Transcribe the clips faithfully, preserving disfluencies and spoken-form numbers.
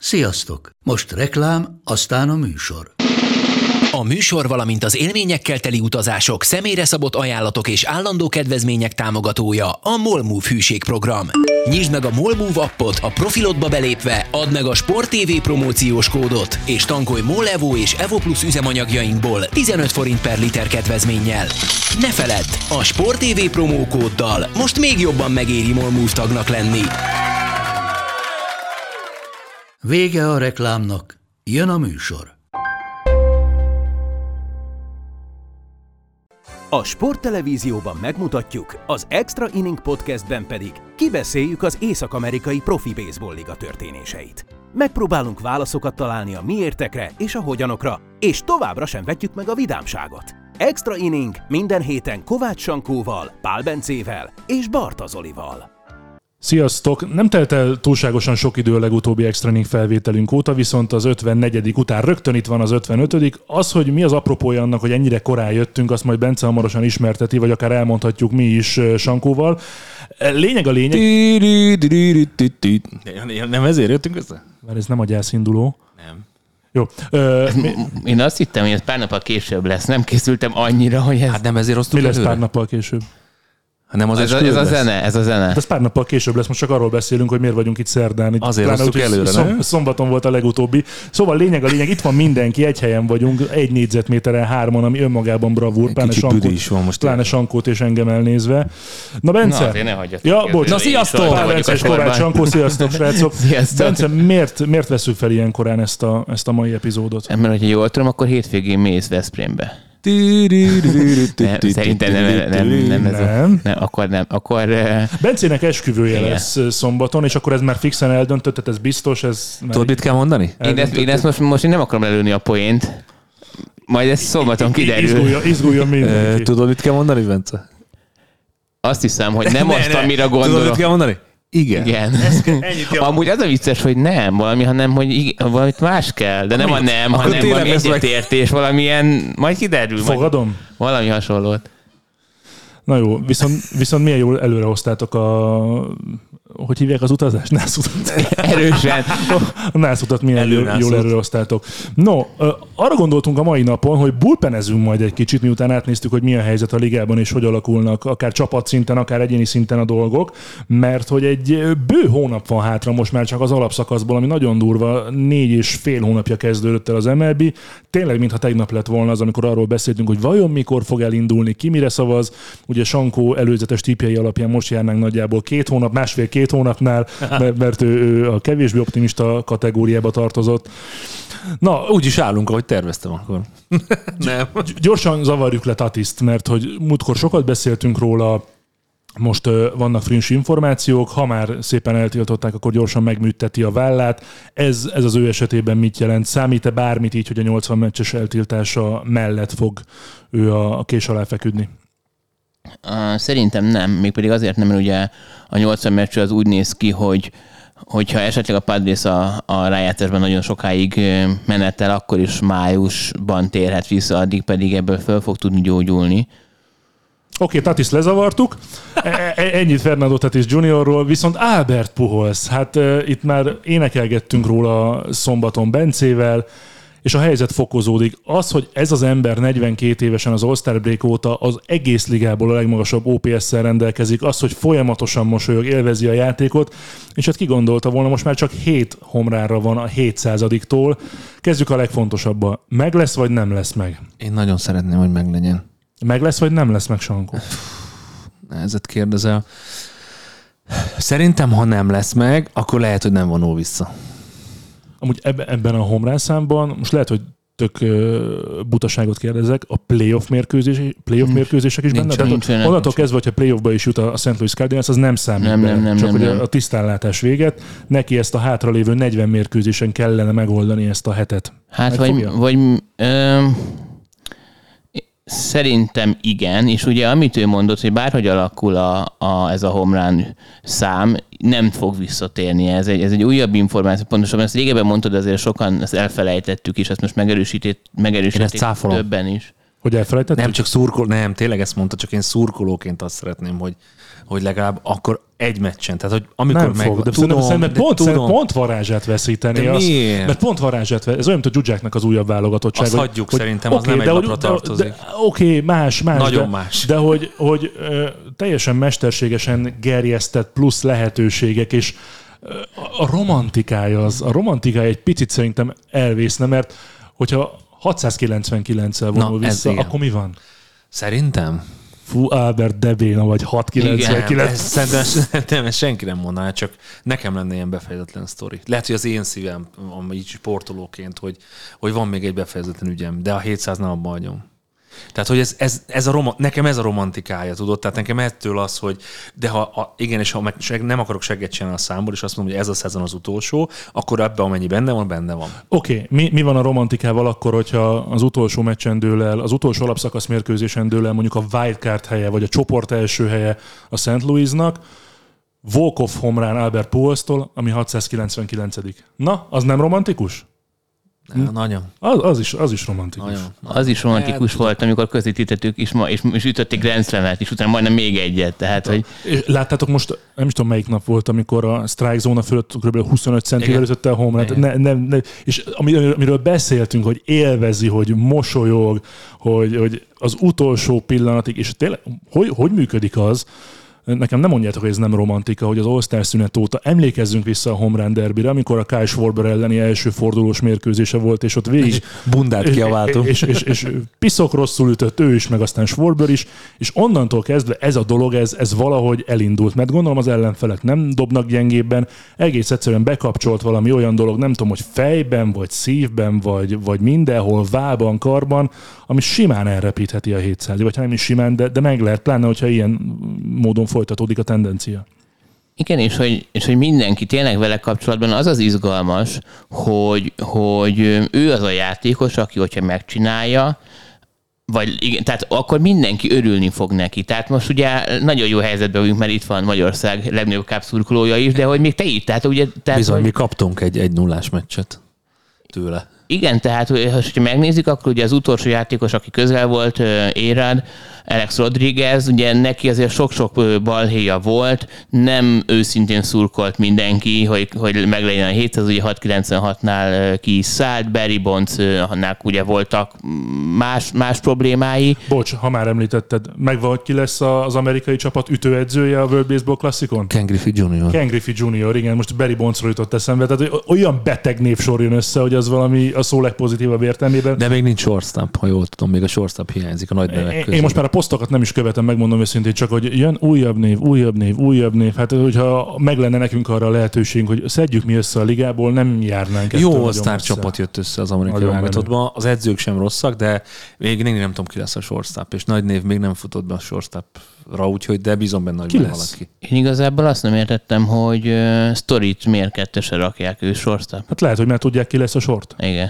Sziasztok! Most reklám, aztán a műsor. A műsor, valamint az élményekkel teli utazások, személyre szabott ajánlatok és állandó kedvezmények támogatója a MOLMOVE hűségprogram. Nyisd meg a MOLMOVE appot, a profilodba belépve add meg a Sport té vé promóciós kódot, és tankolj MOL Evo és Evo Plus üzemanyagjainkból tizenöt forint per liter kedvezménnyel. Ne feledd, a Sport té vé promókóddal most még jobban megéri MOLMOVE tagnak lenni. Vége a reklámnak, jön a műsor. A sporttelevízióban megmutatjuk, az Extra Inning Podcastben pedig kibeszéljük az észak-amerikai profi baseball liga történéseit. Megpróbálunk válaszokat találni a miértekre és a hogyanokra, és továbbra sem vetjük meg a vidámságot. Extra Inning minden héten Kovács Sankóval, Pál Bencével és Barta Zolival. Sziasztok! Nem telt el túlságosan sok idő a legutóbbi Extra Inning felvételünk óta, viszont az ötvennegyedik után rögtön itt van az ötvenötödik Az, hogy mi az apropója annak, hogy ennyire korán jöttünk, azt majd Bence hamarosan ismerteti, vagy akár elmondhatjuk mi is Sankóval. Lényeg a lényeg... Nem ezért jöttünk össze? Mert ez nem a gyászinduló. Nem. Jó. Ö, mi... Én azt hittem, hogy ez pár nappal később lesz. Nem készültem annyira, hogy ez... Hát nem ezért osztuk Mi lesz előre? pár nappal később? Nem az ez, a, ez a zene, ez a zene. Hát ez pár nappal később lesz, most csak arról beszélünk, hogy miért vagyunk itt szerdán. Azért Pláne hoztuk úgy, előre, szom, nem? Szombaton volt a legutóbbi. Szóval lényeg a lényeg, itt van mindenki, egy helyen vagyunk, egy négyzetméteren hárman, ami önmagában bravúr, pláne Sankót, is van most pláne Sankót és engem elnézve. Na Bence! Na azért ne hagyjatok. Ja, bocs. Na, sziasztok! Pál Bence és Kovács Sankó, sziasztok srácok. Sziasztok. Bence, miért, miért veszünk fel ilyen korán ezt a, ezt a mai epizódot? Mert hogyha jól tudom, akkor hétvégén mész Veszprémbe. Nem, szerintem nem, nem, nem, ez a, nem, akkor nem, akkor... Bencének esküvője igen. lesz szombaton, és akkor ez már fixen eldöntött, tehát ez biztos, ez... Tudod, mit kell mondani? Én ezt, én ezt most, most én nem akarom lelőni a poént, majd ez szombaton kiderül. Izguljon, izguljon mindenki. Tudod, mit kell mondani, Bence? Azt hiszem, hogy nem azt, amire gondolok. Tudod, mit kell mondani? Igen. Igen. Amúgy az a vicces, hogy nem valami, hanem hogy igen, valamit más kell, de nem a nem, Akkor hanem valami lesz meg- egyetértés, valamilyen, majd kiderül. Fogadom? Majd valami hasonlót. Na jó, viszont, viszont milyen jól előrehoztátok a... Hogy hívják az utazást? Nászutat. Erősen. A nászutat milyen Előnászút. jól előrehoztátok. No, arra gondoltunk a mai napon, hogy bullpenezünk majd egy kicsit, miután átnéztük, hogy milyen helyzet a ligában, és hogy alakulnak akár csapatszinten, akár egyéni szinten a dolgok, mert hogy egy bő hónap van hátra most már csak az alapszakaszból, ami nagyon durva, négy és fél hónapja kezdődött el az em el bé. Tényleg, mintha tegnap lett volna az, amikor arról beszéltünk, hogy vajon mikor fog elindulni, ki mire szavaz. Ugye Sankó előzetes tippjei alapján most járnánk nagyjából két hónap, másfél-két hónapnál, mert, mert ő, ő a kevésbé optimista kategóriába tartozott. Na, Úgy is állunk, ahogy terveztem akkor. Nem. gyorsan zavarjuk le Tatiszt, mert hogy múltkor sokat beszéltünk róla, most uh, vannak friss információk, ha már szépen eltiltották, akkor gyorsan megműteti a vállát. Ez, ez az ő esetében mit jelent? Számít-e bármit így, hogy a nyolcvan meccses eltiltása mellett fog ő a, a kés alá feküdni? Uh, szerintem nem, mégpedig azért nem, mert ugye a nyolcvan meccs az úgy néz ki, hogy hogyha esetleg a Padres a, a rájátszásban nagyon sokáig menetel, akkor is májusban térhet vissza, addig pedig ebből föl fog tudni gyógyulni. Oké, okay, Tatiszt lezavartuk. E- ennyit Fernando Tatis juniorról, viszont Albert Pujols, hát e, itt már énekelgettünk róla szombaton Bencével, és a helyzet fokozódik. Az, hogy ez az ember negyvenkét évesen az All-Star break óta az egész ligából a legmagasabb o pé es-szel rendelkezik, az, hogy folyamatosan mosolyog, élvezi a játékot, és hát ki gondolta volna, most már csak hét homránra van a hétszázadiktól. Kezdjük a legfontosabbal. Meg lesz, vagy nem lesz meg? Én nagyon szeretném, hogy meglegyen. Meg lesz, vagy nem lesz meg, Sankó? Nehezet kérdezel. Szerintem, ha nem lesz meg, akkor lehet, hogy nem vonul vissza. Amúgy ebben a homrán számban, most lehet, hogy tök uh, butaságot kérdezek, a playoff, mérkőzés, playoff nincs, mérkőzések is nincs, benne? nincs, Tehát nincs, onnantól nincs. kezdve, hogyha playoffba is jut a Saint Louis Cardinals, az nem számít Nem, be. nem, nem, Csak nem, hogy nem. a tisztánlátás véget, neki ezt a hátralévő negyven mérkőzésen kellene megoldani ezt a hetet. Hát Megfogja? vagy, vagy ö, szerintem igen, és ugye amit ő mondott, hogy bárhogy alakul a, a, ez a homrán szám, nem fog visszatérni. Ez egy, ez egy újabb információ. Pontosabban ezt régebben mondtad, azért sokan ezt elfelejtettük, és ezt most megerősített, megerősítették többen is. Hogy elfelejtettük? Nem csak szurkoló, nem, tényleg ezt mondta, csak én szurkolóként azt szeretném, hogy, hogy legalább akkor egy meccsen. Tehát, hogy amikor nem meg, fog, de tudom, szerintem de pont, tudom, pont varázsát veszíteni. Az, mert pont varázsát veszíteni. Ez olyan, mint a Zsuzsáknak az újabb válogatottság. Azt hogy, hagyjuk hogy, szerintem, okay, az nem egy lapra de, tartozik. de, Oké, okay, más, más. Nagyon de, más. De hogy, hogy ö, teljesen mesterségesen gerjesztett plusz lehetőségek, és ö, a romantikája, az, a romantikája egy picit szerintem elvészne, mert hogyha hatszázkilencvenkilenccel vonul Na, vissza, igen. akkor mi van? Szerintem? Fú, Albert de béna vagy hatszázkilencvenkilenc. Ez, szerintem, szerintem ezt senki nem mondaná, csak nekem lenne ilyen befejezetlen sztori. Lehet, hogy az én szívem, így sportolóként, hogy, hogy van még egy befejezetlen ügyem, de a hétszáznál abba hagyom. Tehát, hogy ez, ez, ez a roma, nekem ez a romantikája, tudod? Tehát nekem ettől az, hogy de ha a, igen, és ha meg, nem akarok segget csinálni a számból, és azt mondom, hogy ez a szezon az utolsó, akkor ebben amennyi benne van, benne van. Oké, okay. mi, mi van a romantikával akkor, hogyha az utolsó meccsen dől el, az utolsó alapszakasz mérkőzésen dől el mondjuk a wildcard helye, vagy a csoport első helye a Saint Louisnak, walk-off homrán Albert Pujols-tól, ami hatszázkilencvenkilencedik. Na, az nem romantikus? Na, nagyon. Az, az, is, az is romantikus. Nagyon. Az is romantikus hát, volt, amikor közvetítettük, és, ma, és, és ütötték Grand Slamet, és utána majdnem még egyet. Tehát, hogy... És láttátok most, nem is tudom melyik nap volt, amikor a strike zóna fölött kb. huszonöt centivel ütötte a home-run. Ne, ne, ne, és amiről beszéltünk, hogy élvezi, hogy mosolyog, hogy, hogy az utolsó pillanatig, és tényleg, hogy, hogy működik az, nekem nem mondjátok, hogy ez nem romantika, hogy az All-Star szünet óta emlékezzünk vissza a home run derbyre, amikor a Kyle Schwarber elleni első fordulós mérkőzése volt, és ott végig... Bundát kiabáltunk. És, és, és, és piszok rosszul ütött ő is, meg aztán Schwarber is, és onnantól kezdve ez a dolog, ez, ez valahogy elindult, mert gondolom az ellenfelek nem dobnak gyengébben, egész egyszerűen bekapcsolt valami olyan dolog, nem tudom, hogy fejben, vagy szívben, vagy, vagy mindenhol, vában, karban, ami simán elrepítheti a hétszáz, vagy ha nem is simán, de, de meg lehet, pláne, hogyha ilyen módon folytatódik a tendencia. Igen, és hogy, és hogy mindenki tényleg vele kapcsolatban az az izgalmas, hogy, hogy ő az a játékos, aki, hogyha megcsinálja, vagy igen, tehát akkor mindenki örülni fog neki. Tehát most ugye nagyon jó helyzetben vagyunk, mert itt van Magyarország legnagyobb cup szurkolója is, de hogy még te itt, tehát ugye... Tehát, Bizony, hogy... mi kaptunk egy egy nullás meccset tőle. Igen, tehát ha megnézzük, akkor ugye az utolsó játékos, aki közel volt, Érad, Alex Rodriguez, ugye neki azért sok-sok balhéja volt, nem őszintén szurkolt mindenki, hogy, hogy meglegyen a hétszáz, ugye hatszázkilencvenhatnál ki is szállt, Barry Bonds-nál ugye voltak más, más problémái. Bocs, ha már említetted, megvan, hogy ki lesz az amerikai csapat ütőedzője a World Baseball Classicon? Ken Griffey junior Ken Griffey junior, igen, most Barry Bondsról jutott eszembe, tehát olyan beteg névsor jön össze, hogy az valami a szó legpozitívabb értelmében. De még nincs shortstop, ha jól tudom, még a shortstop hiányzik a nagy nevek közül. Én most már a posztokat nem is követem, megmondom őszintén, csak hogy jön újabb név, újabb név, újabb név. Hát, hogyha meg lenne nekünk arra a lehetőségünk, hogy szedjük mi össze a ligából, nem járnánk. Jó sztárcsapat jött össze az amerikai válogatottban. Az edzők sem rosszak, de még nem, nem tudom, ki lesz a shortstop, és nagy név még nem futott be a shortstopra, úgyhogy de bízom benne, hogy ki van lesz? Valaki. Én igazából azt nem értettem, hogy uh, Storyt miért kettesre rakják ő shortstop. Hát lehet, hogy már tudják, ki lesz a sort. Igen.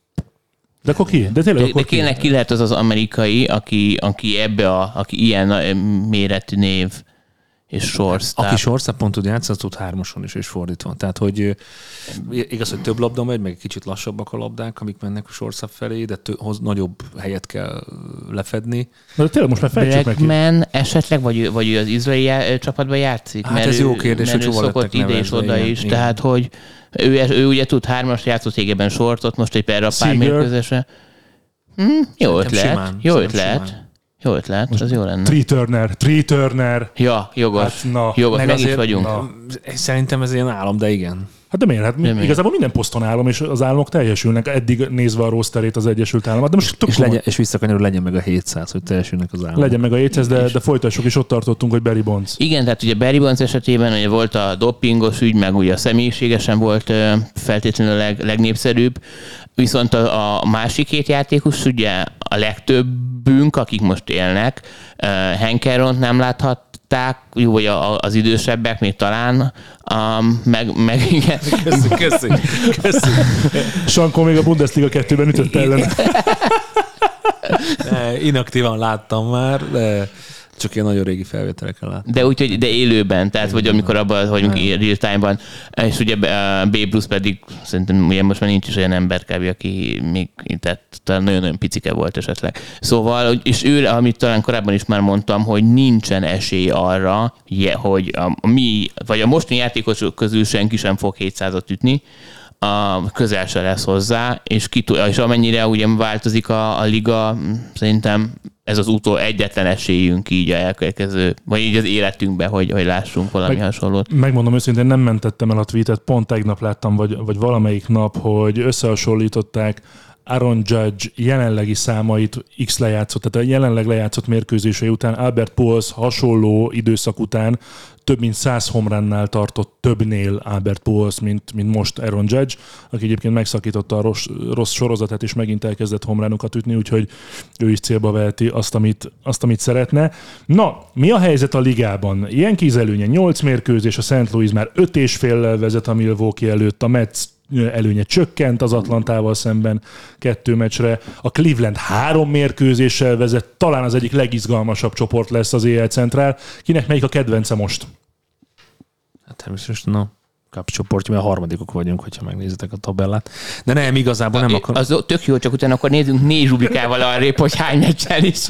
De akkor ki? De tényleg de, akkor de kérlek, ki? ki lehet az az amerikai, aki, aki ebbe a, aki ilyen méretű név és shortstop. Aki shortstopon tud játszani, tud hármason is, és fordítva. Tehát, hogy igaz, hogy több labda megy, meg kicsit lassabbak a labdák, amik mennek a shortstop felé, de tő, hoz, nagyobb helyet kell lefedni. De tényleg most már fejtsük meg ki. Blackman esetleg, vagy, vagy ő az izraeli já, csapatban játszik? Hát mert ez jó ő, kérdés, mert hogy ő hova szokott lettek ide és nevezve, oda igen, is, igen. tehát hogy ő, ő ugye tud hármas, játszott régében sortot, most egy erre a pár mérkőzésre. Hm, jó Szerintem ötlet, simán, jó szerintem ötlet. simán. Jó ötlet, most az jó lenne. Tree Turner, Tree Turner. Ja, jogos. Hát, na. Jogos, meg, meg azért, is vagyunk. Na. Szerintem ez ilyen álom, de igen. Hát de miért? Hát De igazából miért? minden poszton állam, és az államok teljesülnek, eddig nézve a rosterét az Egyesült Államok. De most tök És, komoly. legyen, és visszakanyarul legyen meg a hétszáz, hogy teljesülnek az államok. Legyen meg a hétszáz, de, de folytassuk, és ott tartottunk, hogy Barry Bonds. Igen, tehát ugye Barry Bonds esetében ugye volt a dopingos ügy, meg ugye a személyiségesen volt ö, feltétlenül a leg, legnépszerűbb, viszont a, a másik két játékos, ugye a legtöbbünk, akik most élnek, uh, Hank Aaront nem láthatták, jó, vagy a, az idősebbek még talán, um, meg, meg igen. Köszönjük, köszönjük, köszönjük. Sankó még a Bundesliga kettőben ütött ellen. Inaktívan láttam már, de Csak ilyen nagyon régi felvételekkel lát. De úgy, hogy de élőben, tehát vagy amikor abban, hogy real time-ban, és ugye Babe Ruth pedig szerintem ugye most már nincs is olyan ember kb. Aki még tehát nagyon-nagyon picike volt esetleg. Szóval, és ő, amit talán korábban is már mondtam, hogy nincsen esély arra, hogy a mi, vagy a mostani játékosok közül senki sem fog hétszázat ütni, a közel se lesz hozzá, és, ki, és amennyire ugye változik a, a liga, szerintem ez az utó egyetlen esélyünk így a elkövetkező, vagy így az életünkben, hogy, hogy lássunk valami Meg, hasonlót. Megmondom őszintén, nem mentettem el a tweetet, pont tegnap láttam, vagy, vagy valamelyik nap, hogy összehasonlították Aaron Judge jelenlegi számait X lejátszott, tehát a jelenleg lejátszott mérkőzései után Albert Pujols hasonló időszak után több mint száz homránnál tartott többnél Albert Pujols, mint, mint most Aaron Judge, aki egyébként megszakította a rossz, rossz sorozatát, és megint elkezdett homránokat ütni, úgyhogy ő is célba veheti azt, amit, azt, amit szeretne. Na, mi a helyzet a ligában? Yankees előnye nyolc mérkőzés, a Saint Louis már öt és féllel vezet a Milwaukee előtt, a Mets előnye csökkent az Atlantával szemben kettő meccsre. A Cleveland három mérkőzéssel vezet, talán az egyik legizgalmasabb csoport lesz az á el Centrál. Kinek melyik a kedvence most? Hát természetesen a kapcsoportja, mert a harmadikok vagyunk, hogyha megnézitek a tabellát. De nem, igazából nem akar... Az tök jó, csak utána akkor nézzünk négy rubrikával arrébb, hogy hány meccsel is.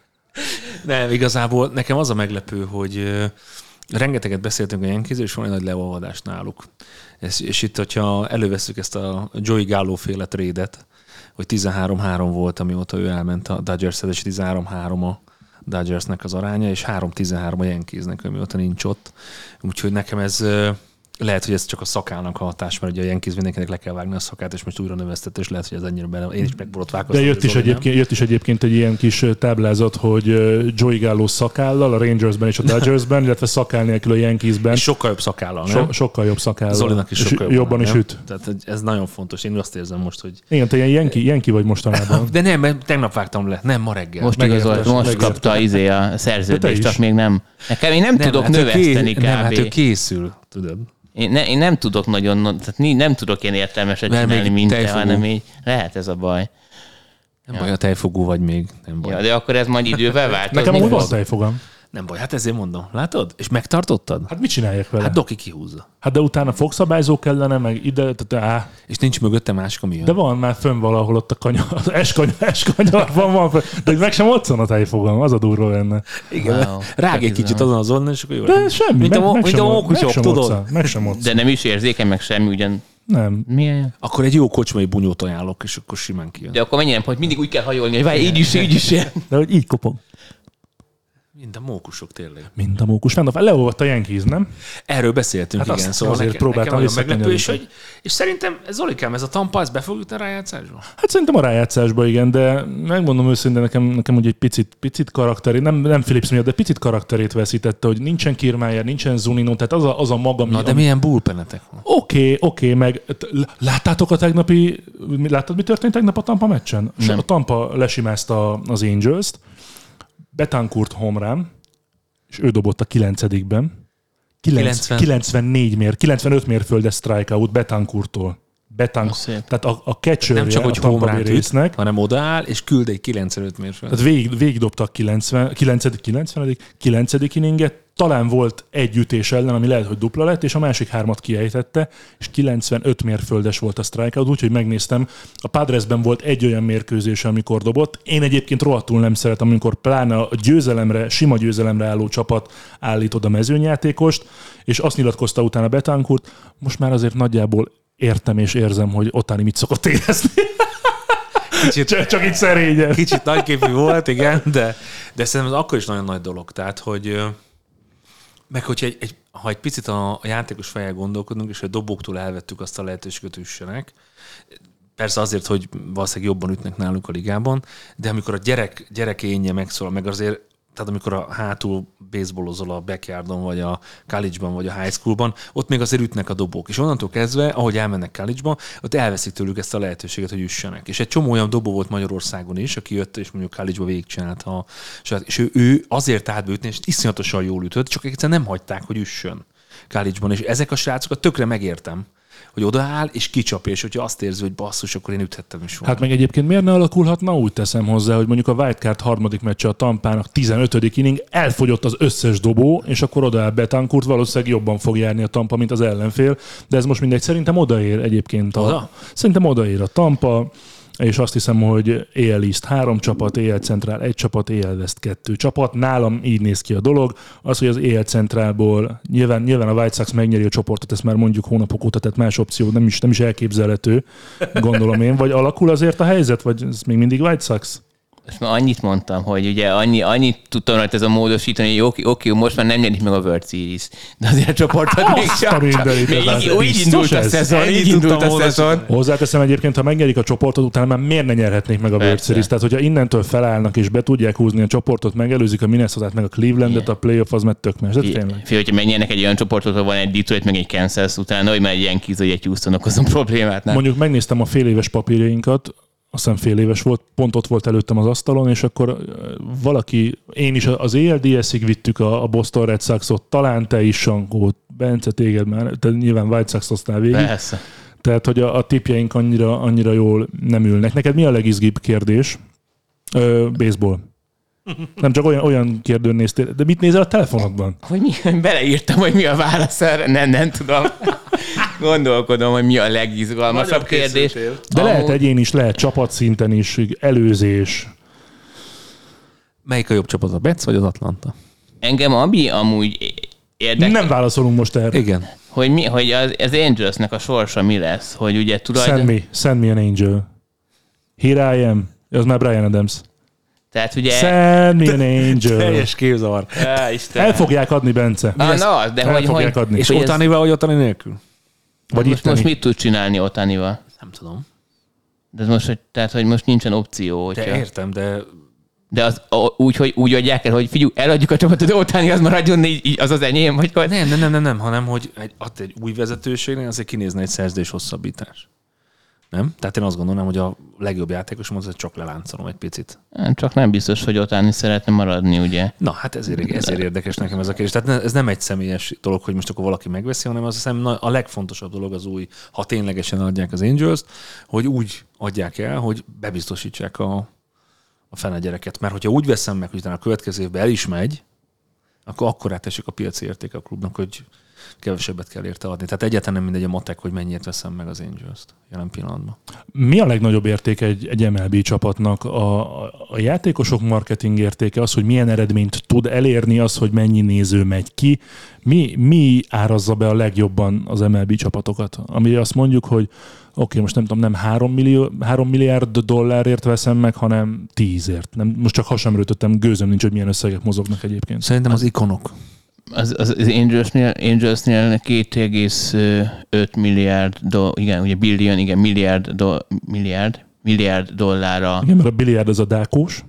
Nem, igazából nekem az a meglepő, hogy rengeteget beszéltünk a Yankeesről, és van egy nagy leolvadás náluk. És, és itt, hogyha elővesszük ezt a Joey Gallo féle trédet, hogy tizenhárom három volt, amióta ő elment a Dodgers-hez, és tizenhárom három a Dodgersnek az aránya, és három tizenhárom a Yankeesnek, amióta nincs ott. Úgyhogy nekem ez... Lehet, hogy ez csak a szakának a hatás, mert ugye a Yankees mindenkinek le kell vágni a szakát, és most újra növesztett, és lehet, hogy ez ennyire bele... Én is megborotválkoztam. De jött is, egyébként, jött is egyébként egy ilyen kis táblázat, hogy Joey Gallo szakállal, a Rangersben és a Dodgersben, illetve szakáll nélkül a Yankeesben. És sokkal jobb szakállal, nem? So, sokkal jobb szakállal. Zolinak is sokkal jobb, jobban is üt. Tehát ez nagyon fontos. Én azt érzem most, hogy... Igen, te ilyen Yankee, Yankee vagy mostanában. De nem, mert tegnap vágtam le. Nem, ma reggel. Most igazolt, most kapta izé a szerződést, csak még nem. Nekem én nem, nem tudok hát növeszteni kb. Nem, hát ő készül, tudod. Én, ne, én nem tudok nagyon, tehát nem tudok ilyen értelmeset csinálni, mint te, hanem így lehet ez a baj. Nem ja. baj, a tejfogó vagy még, nem baj. Ja, de akkor ez majd idővel változni. Nekem amúgy van tejfogam. Nem baj, hát ezért mondom. Látod? És megtartottad? Hát mit csináljak vele? Hát Doki kihúzza. Hát de utána fogszabályzó kellene, meg ide, tehát á. És nincs mögötte másik, ami jön. De van már fönn valahol ott a kanyar, az eskanyar, eskanyarban van fönn. De meg sem otthon a tejfogam, az a durva lenne. Igen, wow. Rág egy kicsit azon az oldalon, és akkor jó. De semmi, mint meg, a, meg mint sem, a mókusok, tudod? Meg sem otthon. De nem is érzékeny, meg semmi, ugyan... Nem. Milyen? Akkor egy jó kocsmai bunyót ajánlok, és akkor simán kijön. De akkor mennyire nem, hogy mindig úgy kell hajolni, hogy várj, így is, így is. De hogy így kopog. Mind a mókusok tényleg. Mind a mókus. Leolvadt a Yankees, nem? Erről beszéltünk, hát igen. Azt, szóval azért nekem, nekem olyan meglepő, és, hogy, és szerintem, ez Zolikám, ez a Tampa, ez be fog jutni a rájátszásba? Hát szerintem a rájátszásba, igen, de megmondom őszintén, nekem, nekem ugye egy picit, picit karakterét, nem, nem Phillips miatt, de picit karakterét veszítette, hogy nincsen Kiermaier, nincsen Zunino, tehát az a, az a maga... Na, de ami... milyen bullpenetek van? Oké, okay, oké, okay, meg láttátok a tegnapi, láttad, mi történt tegnap a Tampa meccsen? Nem. A Tampa lesimázta az Angels-t, Betancourt home run, és ő dobott a kilencedikben. kilencven kilencvennégy mér, kilencvenöt mérföldes strikeout Betancourttól. Betancourt. Tehát a, a catcherje nem csak, hogy a Tampa Bay résznek, hanem odaáll, és küld egy kilencvenöt mérföldet. Tehát végig, végig dobtak kilencven, kilencedik, kilencvenedik, kilencedik inninget, talán volt egy ütés ellen, ami lehet, hogy dupla lett, és a másik hármat kiejtette, és kilencvenöt mérföldes volt a strikeout, úgyhogy megnéztem. A Padresben volt egy olyan mérkőzés, amikor dobott. Én egyébként rohadtul nem szeretem, amikor pláne a győzelemre, sima győzelemre álló csapat állítod a mezőnyjátékost, és azt nyilatkozta utána Betancourt, most már azért nagyjából értem és érzem, hogy Ohtani mit szokott érezni. Kicsit, csak, csak így szerényen. Kicsit nagyképű volt, igen, de, de szerintem ez akkor is nagyon nagy dolog. Tehát, hogy meg hogyha egy, egy, ha egy picit a, a játékos fejjel gondolkodunk, és a dobóktól elvettük azt a lehetőséget, hogy üssenek, persze azért, hogy valószínűleg jobban ütnek náluk a ligában, de amikor a gyerek, gyerek énje megszólal, meg azért, tehát amikor a hátul baseballozol a backyardon, vagy a college-ban, vagy a high schoolban, ott még azért ütnek a dobók. És onnantól kezdve, ahogy elmennek college-ba, ott elveszik tőlük ezt a lehetőséget, hogy üssenek. És egy csomó olyan dobó volt Magyarországon is, aki jött, és mondjuk college-ba végigcsinálta. És ő, ő azért állt beütni, és iszonyatosan jól ütött, csak egyszerűen nem hagyták, hogy üssön college-ban. És ezek a srácokat tökre megértem, hogy odaáll, és kicsapja, és hogyha azt érzi, hogy basszus, akkor én üthettem is volna. Hát meg egyébként miért ne alakulhatna? Úgy teszem hozzá, hogy mondjuk a wildcard harmadik meccse a Tampának tizenötödik inning, elfogyott az összes dobó, és akkor odaáll Betancourt, valószínűleg jobban fog járni a Tampa, mint az ellenfél, de ez most mindegy. Szerintem odaér egyébként. A, Oda? Szerintem odaér a Tampa, és azt hiszem, hogy á el East három csapat, á el Central egy csapat, á el West kettő csapat. Nálam így néz ki a dolog. Az, hogy az á el Centralból nyilván, nyilván a White Sox megnyeri a csoportot, ezt már mondjuk hónapok óta, tehát más opció nem is, nem is elképzelhető, gondolom én. Vagy alakul azért a helyzet, vagy ez még mindig White Sox? Most már annyit mondtam, hogy ugye annyi, annyit tudtam rajta ez a módosítani, hogy oké, oké, most már nem nyerik meg a World Series. De azért a csoportot még Azt a csak. mindenit, Még ez így, úgy biztos indult a ez? szezon, Ennyit így indult tudtam a volna, szezon. Hozzáteszem egyébként, ha megnyerik a csoportot, utána már miért ne nyerhetnék meg a World Persze. Series? Tehát, hogyha innentől felállnak és be tudják húzni a csoportot, megelőzik a Minnesotát, meg a Clevelandet, a playoff az meg tök más. De tényleg. Fél, hogyha megnyernek egy olyan csoportot, ahol van egy Detroit, meg egy Kansas, utána, hogy már egy ilyen kíz, hogy egy Houston okozom problémát. Nem? Mondjuk megnéztem a fél éves papírjainkat, azt hiszem fél éves volt, pont ott volt előttem az asztalon, és akkor valaki, én is az á el dé es-ig vittük a, a Boston Red Sox-ot, talán te is, Sankó, Bence, téged már, te nyilván White Sox-osztál végig. Persze. Tehát, hogy a, a tippjeink annyira, annyira jól nem ülnek. Neked mi a legizgibb kérdés? Ö, baseball. Nem csak olyan, olyan kérdőn néztél, de mit nézel a telefonodban? Hogy mi, beleírtam, hogy mi a válasz erre, nem, nem tudom. Gondolkodom, hogy mi a legizgalmasabb kérdés. De Amúgy... lehet egyén is, lehet csapatszinten is, előzés. Melyik a jobb csapat, a Mets vagy az Atlanta? Engem ami amúgy érdekel, Nem válaszolunk most erre. Igen. hogy, mi, hogy az, az Angelsnek a sorsa mi lesz, hogy ugye tulajdon... Send me, send me an angel. Here I am. Az már Brian Adams. Tehát ugye... Send me an angel. Teljes képzavar. Ja, Istenem. El fogják adni, Bence. Ah, na, de El hogy, fogják hogy, adni. És hogy ez- Otanival vagy Otani nélkül? Vagy most, most itteni. mit tud csinálni Otanival? Nem tudom. De ez most, hogy, tehát, hogy most nincsen opció. De Hogyha... értem, de De az, a, úgy, hogy úgy adják el, hogy figyelj, eladjuk a csapatot, de Otani az maradjon, így, így, az az enyém, vagy hogy... nem, nem, nem, nem, nem, hanem hogy egy, ott egy új vezetőségnél azért kinézne egy szerződés hosszabbítás. Nem? Tehát én azt gondolnám, hogy a legjobb játékosom az, hogy csak leláncolom egy picit. Csak nem biztos, hogy Otani szeretne maradni, ugye? Na, hát ezért, ezért érdekes nekem ez a kérdés. Tehát ne- ez nem egy személyes dolog, hogy most akkor valaki megveszi, hanem azt hiszem na- a legfontosabb dolog az új, ha ténylegesen adják az Angels-t, hogy úgy adják el, hogy bebiztosítsák a, a fene gyereket. Mert hogyha úgy veszem meg, hogy utána a következő évben el is megy, akkor akkor átesik a piaci érték a klubnak, hogy kevesebbet kell érte adni. Tehát egyáltalán nem mindegy a matek, hogy mennyit veszem meg az Angels-t jelen pillanatban. Mi a legnagyobb értéke egy, egy em el bé csapatnak? A, a játékosok marketing értéke, az, hogy milyen eredményt tud elérni, az, hogy mennyi néző megy ki. Mi, mi árazza be a legjobban az em el bé csapatokat? Ami azt mondjuk, hogy oké, okay, most nem tudom, nem három, millió, három milliárd dollárért veszem meg, hanem tízért. Nem, most csak hasamra ütöttem, gőzöm nincs, hogy milyen összegek mozognak egyébként. Szerintem az ikonok. Az, az, az Angelsnél, Angelsnél két egész öt milliárd, do, igen, ugye billion, igen, milliárd, do, milliárd, milliárd dollárra. Igen, mert a biliárd az a dákós.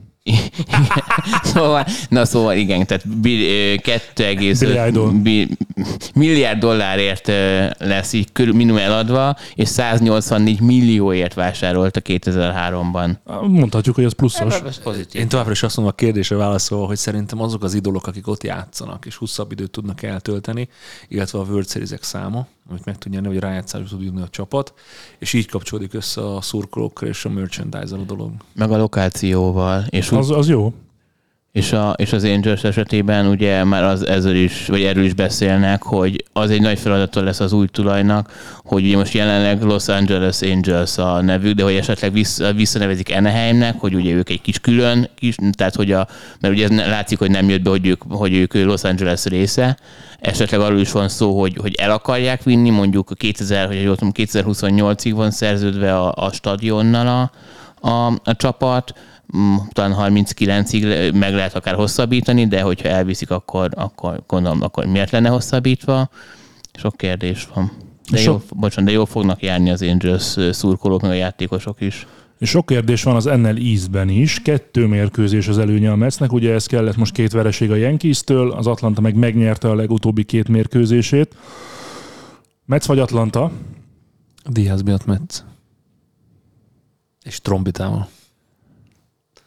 Szóval, na szóval igen, tehát kettő egész öt milliárd dollárért ö, lesz így körül minimum eladva, és száznyolcvannégy millióért vásárolta kétezer-háromban. Mondhatjuk, hogy ez pluszos. Ez pozitív. Én továbbra is azt mondom a kérdésre válaszolva, hogy szerintem azok az idolok, akik ott játszanak, és hosszabb időt tudnak eltölteni, illetve a World Series-ek száma, amit meg tud nyerni, hogy rájátszásra tud jönni a csapat, és így kapcsolódik össze a szurkolókkal és a merchandise-al a dolog. Meg a lokációval. És, Az, az jó. és, a, és az Angels esetében ugye már az ezzel is, vagy erről is beszélnek, hogy az egy nagy feladata lesz az új tulajnak, hogy ugye most jelenleg Los Angeles Angels a nevük, de hogy esetleg vissza, visszanevezik Anaheimnek, hogy ugye ők egy kis külön, kis, tehát hogy a, mert ugye ez látszik, hogy nem jött be, hogy ők, hogy ők Los Angeles része. Esetleg arról is van szó, hogy, hogy el akarják vinni, mondjuk kétezer, hogy jól tudom, kétezer-huszonnyolcig van szerződve a, a stadionnal a, a, a csapat, talán harminckilencig meg lehet akár hosszabbítani, de hogyha elviszik, akkor, akkor gondolom, akkor miért lenne hosszabbítva? Sok kérdés van. De, Sok- jó, bocsánat, de jól fognak járni az Angels szurkolók, meg a játékosok is. És sok kérdés van az en el East-ben is. Kettő mérkőzés az előnye a Metsnek. Ugye ez kellett most két vereség a Yankees-től, az Atlanta meg megnyerte a legutóbbi két mérkőzését. Mets vagy Atlanta? Diaz miatt Metsz. És trombitával.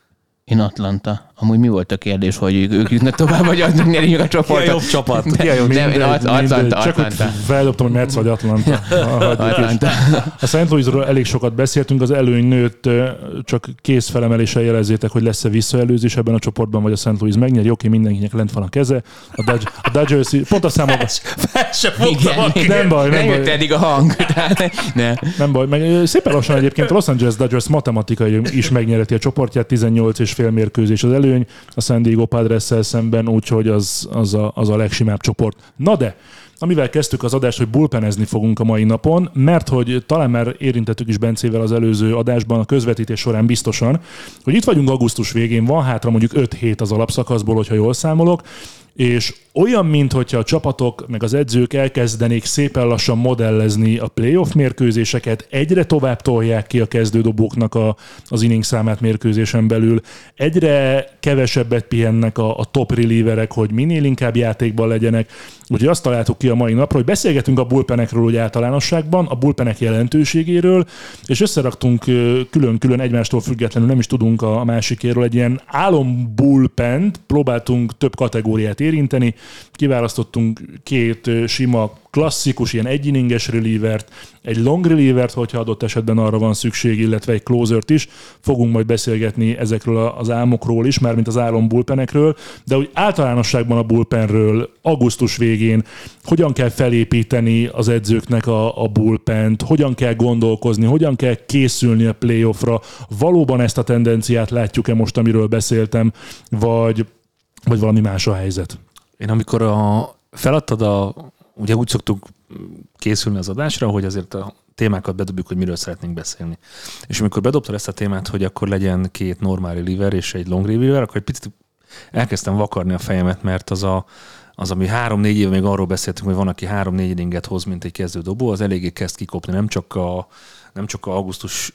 Én Atlanta. Amúgy mi volt a kérdés, hogy ők jutnak tovább, vagy aznak nyerjük a csoportot? Ki a jobb csapat? De, Ki a jobb nem, mindegy, Atlanta, mindegy. Atlanta. Csak Atlanta. hogy feldobtam, hogy Mets vagy Atlanta. Atlanta. A Saint Louisról elég sokat beszéltünk, az előny nőtt, csak kézfelemeléssel jelezzétek, hogy lesz-e visszaelőzés ebben a csoportban, vagy a Saint Louis megnyeri. Oké, mindenkinek lent van a keze. A, Dodge, a Dodgers, pont a számokban. Fel se fogtam a Igen, Nem baj, nem nem baj. jött eddig a hang. Tehát, ne. Nem baj, meg szépen lassan egyébként a Los Angeles Dodgers matematikai is megnyereti a csoportját, tizennyolc és fél mérkőzés az előny a San Diego Padressel szemben, úgyhogy az, az, a, az a legsimább csoport. Na de, amivel kezdtük az adást, hogy bullpenezni fogunk a mai napon, mert hogy talán már érintettük is Bencével az előző adásban, a közvetítés során biztosan, hogy itt vagyunk augusztus végén, van hátra mondjuk öt hét az alapszakaszból, hogyha jól számolok, és olyan, mintha a csapatok meg az edzők elkezdenék szépen lassan modellezni a playoff mérkőzéseket, egyre tovább tolják ki a kezdődobóknak a, az inning számát mérkőzésen belül, egyre kevesebbet pihennek a, a top relieverek, hogy minél inkább játékban legyenek. Úgyhogy azt találtuk ki a mai napra, hogy beszélgetünk a bullpenekről úgy általánosságban, a bullpenek jelentőségéről, és összeraktunk külön-külön egymástól függetlenül, nem is tudunk a másikéről, egy ilyen álom bullpent, próbáltunk több kategóriát érinteni, kiválasztottunk két sima, klasszikus, ilyen egyininges relievert, egy long relievert, hogyha adott esetben arra van szükség, illetve egy closert is. Fogunk majd beszélgetni ezekről az álmokról is, mármint az álom bullpenekről, de úgy általánosságban a bullpenről augusztus végén hogyan kell felépíteni az edzőknek a, a bullpent, hogyan kell gondolkozni, hogyan kell készülni a playoffra. Valóban ezt a tendenciát látjuk-e most, amiről beszéltem, vagy, vagy valami más a helyzet? Én amikor a, feladtad a, ugye úgy szoktuk készülni az adásra, hogy azért a témákat bedobjuk, hogy miről szeretnénk beszélni. És amikor bedobtad ezt a témát, hogy akkor legyen két normál reliever és egy long reliever, akkor egy picit elkezdtem vakarni a fejemet, mert az a az, ami három-négy éve még arról beszéltünk, hogy van, aki három-négy inninget hoz, mint egy kezdődobó, az eléggé kezd kikopni, nem csak a nem csak a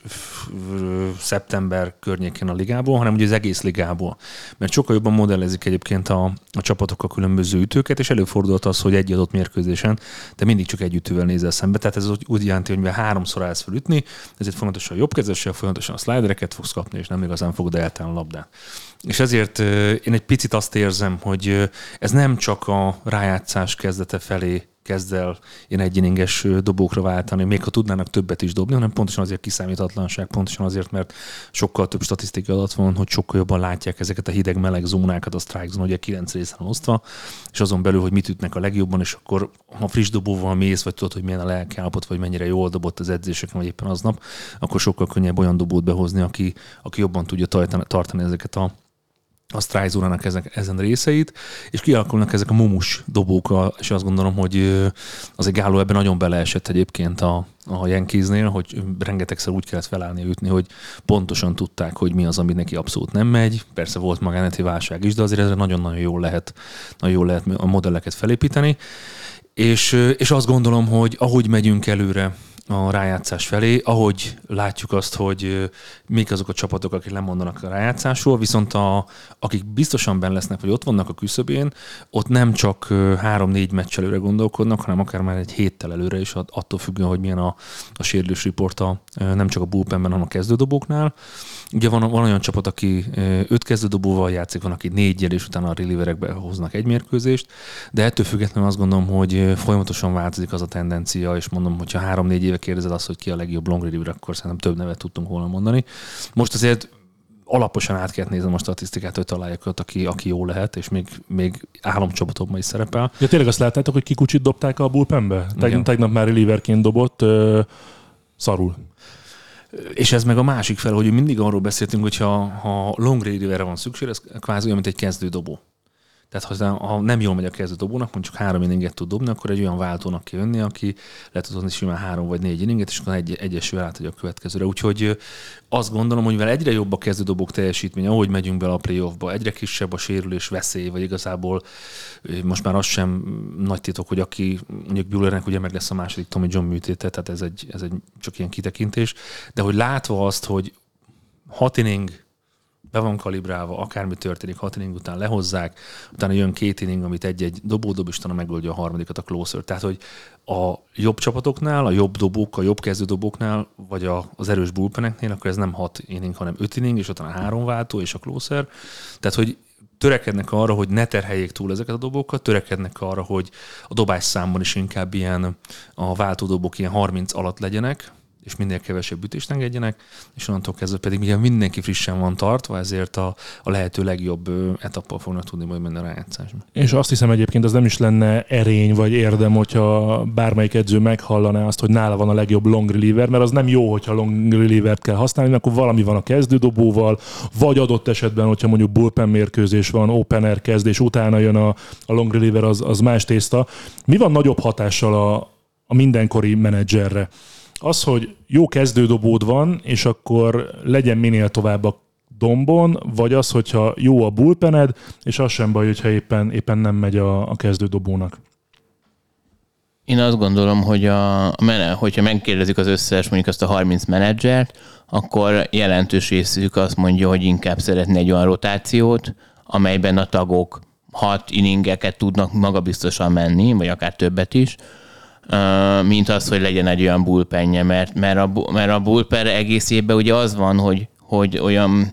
augusztus-szeptember környékén a ligából, hanem ugye az egész ligából. Mert sokkal jobban modellezik egyébként a, a csapatok a különböző ütőket, és előfordult az, hogy egy adott mérkőzésen te mindig csak egy ütővel nézel szembe. Tehát ez úgy jelenti, hogy mivel háromszor állsz fel ütni, ezért fontosan a jobbkezessel, fontosan a slidereket fogsz kapni, és nem igazán fogod eltelni a labdát. És ezért én egy picit azt érzem, hogy ez nem csak a rájátszás kezdete felé kezd el ilyen egyininges dobókra váltani, még ha tudnának többet is dobni, hanem pontosan azért kiszámíthatatlanság, pontosan azért, mert sokkal több statisztikai adat van, hogy sokkal jobban látják ezeket a hideg-meleg zónákat a strike zone, ugye kilenc részen osztva, és azon belül, hogy mit ütnek a legjobban, és akkor ha friss dobóval mész, vagy tudod, hogy milyen a lelkiállapot, vagy mennyire jól dobott az edzéseken, vagy éppen aznap, akkor sokkal könnyebb olyan dobót behozni, aki, aki jobban tudja tartani, tartani ezeket a a strike zónának ezen részeit, és kialakulnak ezek a mumus dobók, és azt gondolom, hogy azért Gallo ebben nagyon beleesett egyébként a, a Yankeesnél, hogy rengetegszer úgy kellett felállni ütni, hogy pontosan tudták, hogy mi az, ami neki abszolút nem megy. Persze volt magáneti válság is, de azért ezre nagyon-nagyon jól lehet, nagyon jól lehet a modelleket felépíteni. És, és azt gondolom, hogy ahogy megyünk előre a rájátszás felé, ahogy látjuk azt, hogy mik azok a csapatok, akik lemondanak a rájátszásról, viszont a, akik biztosan benn lesznek, vagy ott vannak a küszöbén, ott nem csak három-négy meccs előre gondolkodnak, hanem akár már egy héttel előre is, attól függően, hogy milyen a, a sérülés riporta, nem csak a bullpenben, hanem a kezdődobóknál. Ugye van, van olyan csapat, aki öt kezdődobóval játszik, van, aki négyel, és utána a relieverekbe hoznak egy mérkőzést, de ettől függetlenül azt gondolom, hogy folyamatosan változik az a tendencia, és mondom, hogyha három-négy éve kérdezed azt, hogy ki a legjobb long reliever, akkor szerintem több nevet tudtunk volna mondani. Most azért alaposan át kellett néznem a statisztikát, hogy találják ott, aki, aki jó lehet, és még, még álomcsapatokban is szerepel. Ja, tényleg azt láttátok, hogy Kikuchit dobták a bullpenbe? Teg- tegnap már relieverként dobott, uh, szarul. És ez meg a másik fel, hogy mindig arról beszéltünk, hogy ha, ha long relieverre van szükség, ez kvázi olyan, mint egy kezdődobó. Tehát ha nem jól megy a kezdődobónak, mondjuk három inninget tud dobni, akkor egy olyan váltónak kell jönni, aki le tud adni simán három vagy négy inninget, és akkor egy, egyesül átadja a következőre. Úgyhogy azt gondolom, hogy mivel egyre jobb a kezdődobók teljesítmény, ahogy megyünk bele a playoffba, egyre kisebb a sérülés veszély, vagy igazából most már az sem nagy titok, hogy aki mondjuk Buehlernek ugye meg lesz a második Tommy John műtéte, tehát ez egy, ez egy csak ilyen kitekintés, de hogy látva azt, hogy hat inning be van kalibrálva, akármi történik, hat inning után lehozzák, utána jön két inning, amit egy-egy dobó dob, és utána megoldja a harmadikat a closer. Tehát, hogy a jobb csapatoknál, a jobb dobók, a jobb kezdődobóknál, vagy a, az erős bullpeneknél, akkor ez nem hat inning, hanem öt inning, és utána három váltó, és a closer. Tehát, hogy törekednek arra, hogy ne terheljék túl ezeket a dobókat, törekednek arra, hogy a dobás számban is inkább ilyen a váltódobók ilyen harminc alatt legyenek, és minél kevesebb ütést engedjenek, és onnantól kezdve pedig mivel mindenki frissen van tartva, ezért a, a lehető legjobb etappal fognak tudni majd menni a rájátszásba. És azt hiszem egyébként az nem is lenne erény vagy érdem, hogyha bármelyik edző meghallaná azt, hogy nála van a legjobb long reliever, mert az nem jó, hogyha long relievert kell használni, mert akkor valami van a kezdődobóval, vagy adott esetben, hogyha mondjuk bullpen mérkőzés van, opener kezd, és utána jön a, a long reliever, az, az más tészta. Mi van nagyobb hatással a, a mindenkori menedzserre? Az, hogy jó kezdődobód van, és akkor legyen minél tovább a dombon, vagy az, hogyha jó a bullpened, és az sem baj, hogyha éppen, éppen nem megy a, a kezdődobónak. Én azt gondolom, hogy a, a mene, hogyha megkérdezik az összes, mondjuk azt a harminc menedzsert, akkor jelentős részük azt mondja, hogy inkább szeretne egy olyan rotációt, amelyben a tagok hat inningeket tudnak magabiztosan menni, vagy akár többet is, mint az, hogy legyen egy olyan bullpenje, mert, mert, a, mert a bullpen egész évben ugye az van, hogy, hogy olyan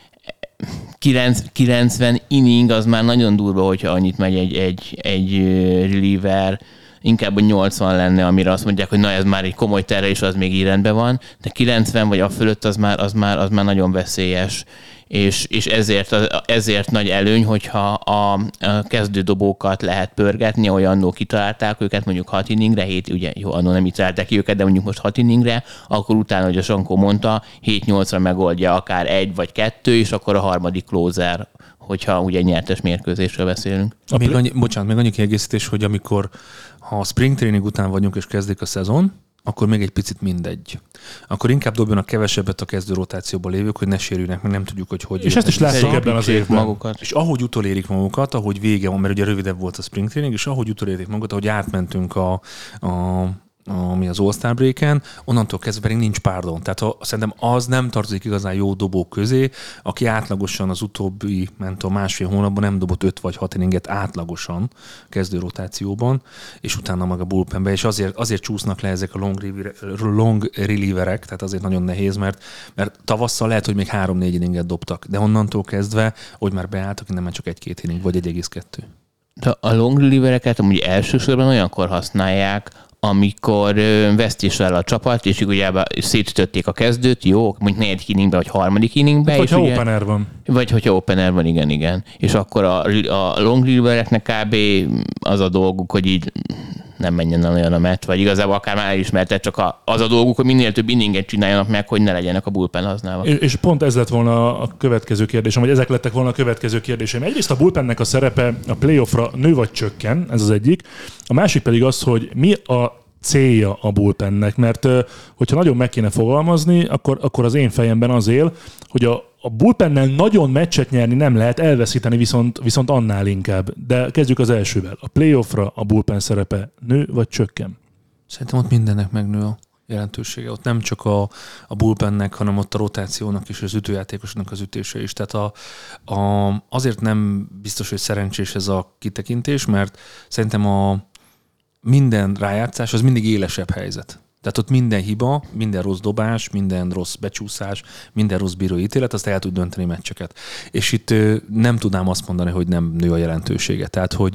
kilencven inning az már nagyon durva, hogyha annyit megy egy, egy, egy reliever, inkább a nyolcvan lenne, amire azt mondják, hogy na ez már egy komoly terre, és az még így rendben van, de kilencven vagy a fölött az már, az már, az már nagyon veszélyes. És, és ezért, ezért nagy előny, hogyha a, a kezdődobókat lehet pörgetni, olyannó kitalálták őket, mondjuk hat inningre, hét, ugye jó, annól nem így találták ki őket, de mondjuk most hat inningre, akkor utána, hogy a Sankó mondta, hét-nyolcra megoldja akár egy vagy kettő, és akkor a harmadik closer, hogyha ugye nyertes mérkőzésről beszélünk. Még annyi, bocsánat, még annyi kiegészítés, hogy amikor ha a spring training után vagyunk és kezdik a szezon, akkor még egy picit mindegy. Akkor inkább dobjanak kevesebbet a kezdő rotációba lévők, hogy ne sérüljenek, meg nem tudjuk, hogy hogy. És ezt is látjuk ebben az évben. Magukat. És ahogy utolérik magukat, ahogy vége van, mert ugye rövidebb volt a spring training, és ahogy utolérik magukat, ahogy átmentünk a, a ami az All-Star break-en, onnantól kezdve pedig nincs párdon. Tehát a, szerintem az nem tartozik igazán jó dobók közé, aki átlagosan az utóbbi mentor másfél hónapban nem dobott öt vagy hat inninget átlagosan kezdő rotációban, és utána meg a bullpenbe, és azért, azért csúsznak le ezek a long, reliever, long relieverek, tehát azért nagyon nehéz, mert, mert tavasszal lehet, hogy még három-négy inninget dobtak, de onnantól kezdve, hogy már beálltak, nem már csak egy-két inning, vagy egy egész kettő. De a long relievereket amúgy elsősorban olyankor használják, amikor vesztésre a csapat, és ugye szétütötték a kezdőt, jó, mondjuk negyedik inningbe, vagy harmadik inningbe. Hát, hogyha ugye, opener van. Vagy hogyha opener van, igen, igen. És akkor a, a long relievereknek kb. Az a dolguk, hogy így nem menjen el olyan a meccs, vagy igazából akár már elismerted, csak a, az a dolguk, hogy minél több inninget csináljanak meg, hogy ne legyenek a bullpen használva. És pont ez lett volna a következő kérdésem, vagy ezek lettek volna a következő kérdésem. Egyrészt a bullpennek a szerepe a playoffra nő vagy csökken, ez az egyik. A másik pedig az, hogy mi a célja a bullpennek, mert hogyha nagyon meg kéne fogalmazni, akkor, akkor az én fejemben az él, hogy a, a bullpennel nagyon meccset nyerni nem lehet, elveszíteni viszont, viszont annál inkább. De kezdjük az elsővel. A playoffra a bullpen szerepe nő vagy csökken? Szerintem ott mindennek megnő a jelentősége. Ott nem csak a, a bullpennek, hanem ott a rotációnak és az ütőjátékosnak az ütése is. Tehát a, a, azért nem biztos, hogy szerencsés ez a kitekintés, mert szerintem a minden rájátszás az mindig élesebb helyzet. Tehát ott minden hiba, minden rossz dobás, minden rossz becsúszás, minden rossz bírói ítélet, azt el tud dönteni meccseket. És itt nem tudnám azt mondani, hogy nem nő a jelentősége. Tehát, hogy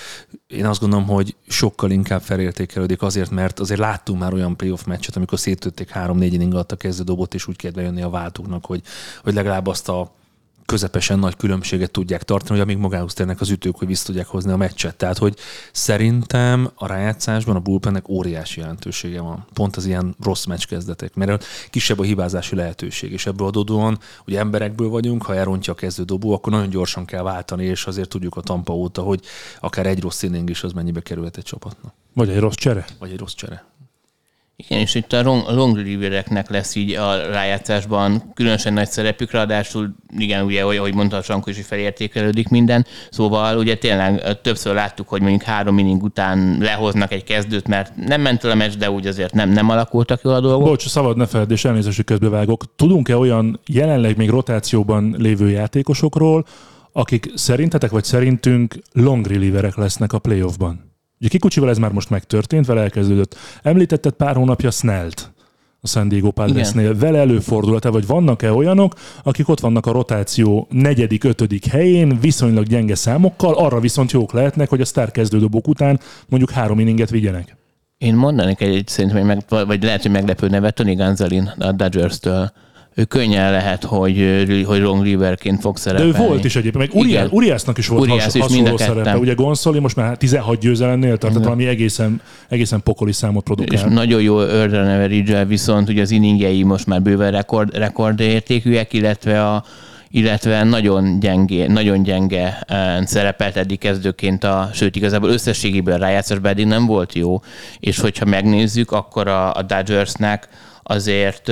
én azt gondolom, hogy sokkal inkább felértékelődik azért, mert azért láttunk már olyan playoff meccset, amikor széttötték három-négy inning alatt a kezdődobot, és úgy kell bejönni a váltóknak, hogy, hogy legalább azt a közepesen nagy különbséget tudják tartani, hogy amíg magához térnek az ütők, hogy vissza tudják hozni a meccset. Tehát, hogy szerintem a rájátszásban a bullpennek óriási jelentősége van. Pont az ilyen rossz meccs kezdetek, mert kisebb a hibázási lehetőség, és ebből adódóan, hogy emberekből vagyunk, ha elrontja a kezdődobó, akkor nagyon gyorsan kell váltani, és azért tudjuk a Tampa óta, hogy akár egy rossz inning is az mennyibe kerülhet egy csapatnak. Vagy egy rossz csere. Vagy egy rossz csere. Igen, és itt a long, long relievereknek lesz így a rájátszásban különösen nagy szerepük, ráadásul igen, ugye, ahogy mondta a Sankó is, hogy felértékelődik minden, szóval ugye tényleg többször láttuk, hogy mondjuk három inning után lehoznak egy kezdőt, mert nem ment el a meccs, de úgy azért nem, nem alakultak jól a dolgok. Bocs, szabad ne feled, és elnézést, hogy közbevágok. Tudunk-e olyan jelenleg még rotációban lévő játékosokról, akik szerintetek vagy szerintünk long relieverek lesznek a playoffban? Ugye Kikuchival ez már most megtörtént, vele elkezdődött. Említetted pár hónapja Snellt a San Diego Padresnél. Vele előfordulhat-e, vagy vannak-e olyanok, akik ott vannak a rotáció negyedik, ötödik helyén, viszonylag gyenge számokkal, arra viszont jók lehetnek, hogy a sztár kezdődobok után mondjuk három inninget vigyenek? Én mondanék egy, szerintem, meg, vagy lehet, hogy meglepő nevet, Tony Gonsolin a Dodgers-től. Ő könnyen lehet, hogy, hogy long relieverként fog szerepelni. De ő volt is egyébként, meg Urias, Uriasnak is volt Urias has, is hasonló szerepe. Ugye Gonsolin most már tizenhat győzelemnél tartott, valami egészen, egészen pokoli számot produkál. És nagyon jó early average-el, viszont ugye az inningjei most már bőven rekord, rekordértékűek, illetve a illetve nagyon gyenge, nagyon gyenge szerepelt eddig kezdőként, a, sőt igazából összességében rájátszásban eddig nem volt jó, és hogyha megnézzük, akkor a, a Dodgersnek azért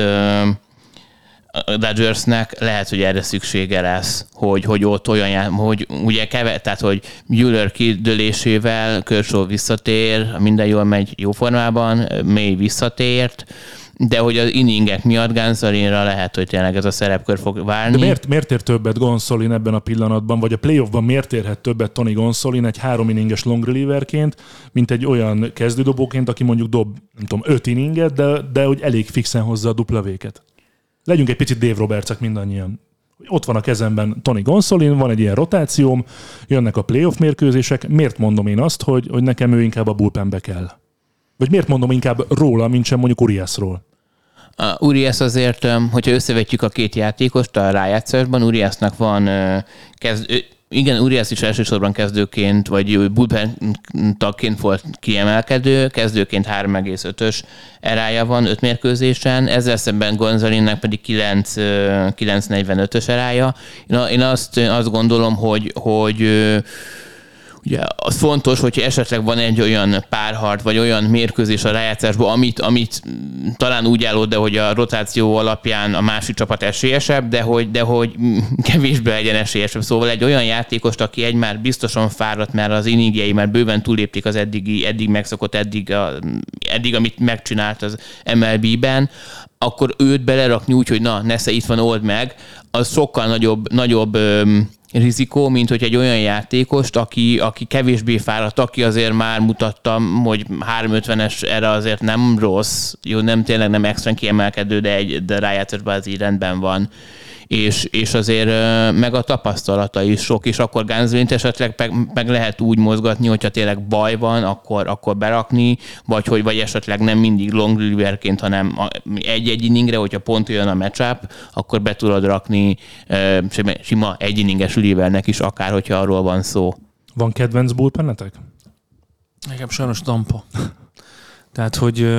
a Dodgersnek lehet, hogy erre szüksége lesz, hogy, hogy ott olyan, hogy ugye keve, tehát hogy Buehler kidőlésével Kershaw visszatér, minden jól megy jó formában, May visszatért, de hogy az inningek miatt Gonsolinra lehet, hogy tényleg ez a szerepkör fog válni. De miért, miért ér többet Gonsolin ebben a pillanatban, vagy a playoffban miért érhet többet Tony Gonsolin egy három inninges long relieverként, mint egy olyan kezdődobóként, aki mondjuk dob, nem tudom, öt inninget, de, de hogy elég fixen hozza a dupla véket. Legyünk egy picit Dave Roberts-ek mindannyian. Ott van a kezemben Tony Gonsolin, van egy ilyen rotációm, jönnek a playoff mérkőzések, miért mondom én azt, hogy, hogy nekem ő inkább a bullpenbe kell? Vagy miért mondom inkább róla, mint sem mondjuk Uriasról? Uh, Urias azért, hogyha összevetjük a két játékost a rájátszásban, Uriasnak van kezdő, igen, Urias is elsősorban kezdőként, vagy bullpen tagként volt kiemelkedő, kezdőként három egész ötös erája van öt mérkőzésen, ezzel szemben Gonsolinnek pedig kilenc negyvenötös erája. Én azt, azt gondolom, hogy, hogy ugye az fontos, hogyha esetleg van egy olyan párharc, vagy olyan mérkőzés a rájátszásban, amit, amit talán úgy állod, de hogy a rotáció alapján a másik csapat esélyesebb, de hogy, de hogy kevésbé legyen esélyesebb. Szóval egy olyan játékost, aki egy már biztosan fáradt, mert az inningjei már bőven túlépték az eddigi, eddig megszokott, eddig, a, eddig amit megcsinált az em el bé-ben, akkor őt belerakni úgy, hogy na, nesze itt van, old meg, az sokkal nagyobb, nagyobb öm, rizikó, mint hogy egy olyan játékost, aki, aki kevésbé fáradt, aki azért már mutattam, hogy háromszázötvenes erre azért nem rossz, jó, nem tényleg nem extra kiemelkedő, de, egy, de rájátszásban az így rendben van. És, és azért meg a tapasztalata is sok, és akkor Gonsolint esetleg meg, meg lehet úgy mozgatni, hogyha tényleg baj van, akkor, akkor berakni, vagy, hogy, vagy esetleg nem mindig long relieverként, hanem egy-egy inningre, hogyha pont jön a matchup, akkor be tudod rakni sima egy inninges relievernek is, akár hogyha arról van szó. Van kedvenc bullpennetek? Nekem sajnos Tampa. Tehát, hogy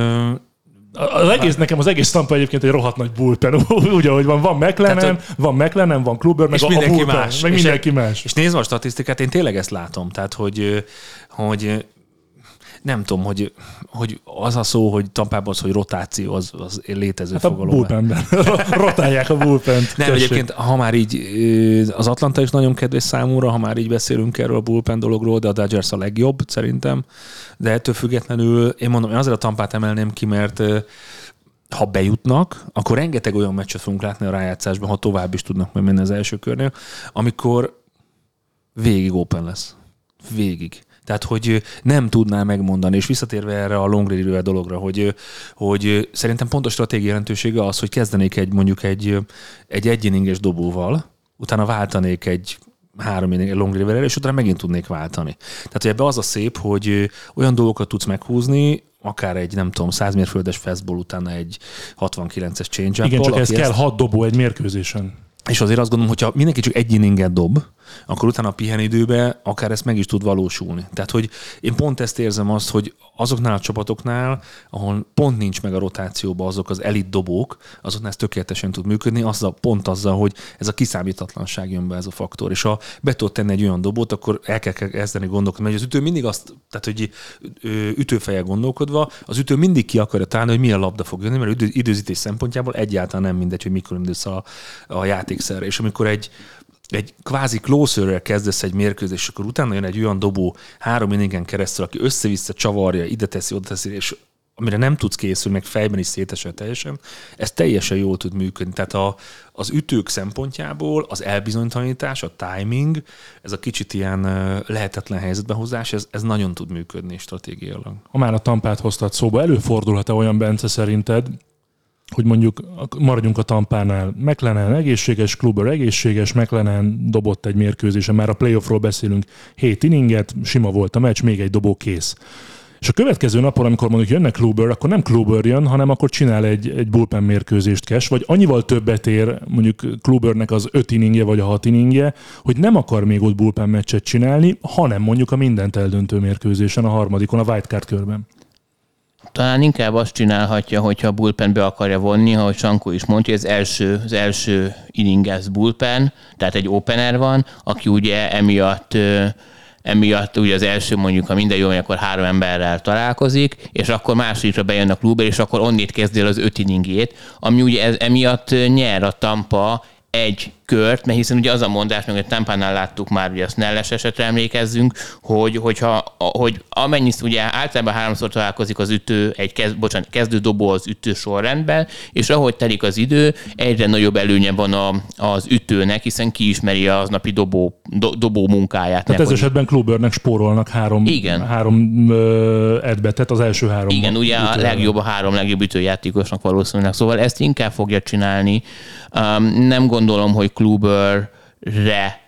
Az egész, nekem az egész Tampa egyébként egy rohadt nagy bullpen, úgy, ahogy van, van McLennan, Tehát, van McLennan, van Kluber, meg és a, mindenki a bullpen, más. meg és mindenki e, más. És nézve a statisztikát, én tényleg ezt látom. Tehát, hogy, hogy nem tudom, hogy, hogy az a szó, hogy Tampában az, hogy rotáció, az, az létező hát fogalom. A bullpenben. Rotálják a bullpent. Nem, egyébként, ha már így, az Atlanta is nagyon kedves számúra, ha már így beszélünk erről a bullpen dologról, de a Dodgers a legjobb szerintem. De ettől függetlenül, én mondom, én azért a Tampát emelném ki, mert ha bejutnak, akkor rengeteg olyan meccset fogunk látni a rájátszásban, ha tovább is tudnak majd menni az első körnél, amikor végig open lesz. Végig. Tehát, hogy nem tudná megmondani, és visszatérve erre a long reliever dologra, hogy, hogy szerintem pont a stratégia jelentősége az, hogy kezdenék egy mondjuk egy, egy egyinninges dobóval, utána váltanék egy három inning long relieverrel, és utána megint tudnék váltani. Tehát, hogy ebbe az a szép, hogy olyan dolgokat tudsz meghúzni, akár egy, nem tudom, száz mérföldes fastball utána egy hatvankilences change-up. Igen, csak ez kell hat dobó egy mérkőzésen. És azért azt gondolom, hogyha mindenki csak egy inninget dob, akkor utána a pihenőidőben akár ezt meg is tud valósulni. Tehát, hogy én pont ezt érzem azt, hogy azoknál a csapatoknál, ahol pont nincs meg a rotációban azok az elit dobók, azoknál ez tökéletesen tud működni, azzal, pont azzal, hogy ez a kiszámíthatatlanság jön be, ez a faktor. És ha be tudod tenni egy olyan dobót, akkor el kell kezdeni gondolkodni, mert az ütő mindig azt, tehát hogy ütőfejjel gondolkodva, az ütő mindig ki akarja találni, hogy milyen labda fog jönni, mert időzítés szempontjából egyáltalán nem mindegy, hogy mikor indulsz a, a játékszerre. És amikor egy egy kvázi closerrel kezdesz egy mérkőzés, akkor utána jön egy olyan dobó három inningen keresztül, aki össze-vissza csavarja, ide teszi, oda teszi, és amire nem tudsz készülni, meg fejben is szétesel teljesen, ez teljesen jól tud működni. Tehát a, az ütők szempontjából az elbizonytalanítás, a timing, ez a kicsit ilyen lehetetlen helyzetbe hozás, ez, ez nagyon tud működni stratégiailag. Ha már a Tampát hoztad szóba, előfordulhat-e olyan, Bence, szerinted, hogy mondjuk maradjunk a Tampánál, McLennan egészséges, Kluber egészséges, McLennan dobott egy mérkőzésen, már a playoffról beszélünk, hét inninget, sima volt a meccs, még egy dobó kész. És a következő napon, amikor mondjuk jönnek Kluber, akkor nem Kluber jön, hanem akkor csinál egy, egy bullpen mérkőzést Cash, vagy annyival többet ér mondjuk Klubernek az öt inningje vagy a hat inningje, hogy nem akar még ott bullpen meccset csinálni, hanem mondjuk a mindent eldöntő mérkőzésen, a harmadikon, a wildcard körben. Talán inkább azt csinálhatja, hogyha a bullpen be akarja vonni, ahogy Sankó is mondja, az első, az első inninges bullpen, tehát egy opener van, aki ugye emiatt, emiatt ugye az első mondjuk, ha minden jól megy, akkor három emberrel találkozik, és akkor másodikra bejön a Kluber, és akkor onnét kezdél az öt inningjét, ami ugye ez, emiatt nyer a Tampa egy kört, mert hiszen ugye az a mondás, meg a Tampánál láttuk már, ugye a Snell-es esetre emlékezzünk, hogy, hogyha, hogy amennyi, ugye általában háromszor találkozik az ütő, egy kez, bocsánat, kezdődobó az ütő sorrendben, és ahogy telik az idő, egyre nagyobb előnye van a, az ütőnek, hiszen kiismeri az napi dobó, do, dobó munkáját. Tehát ez esetben Klubernek spórolnak három, igen. három uh, edbetet, az első három. Igen, ugye a legjobb, a három legjobb ütőjátékosnak valószínűleg. Szóval ezt inkább fogja csinálni. Um, nem gondolom, hogy Kluberre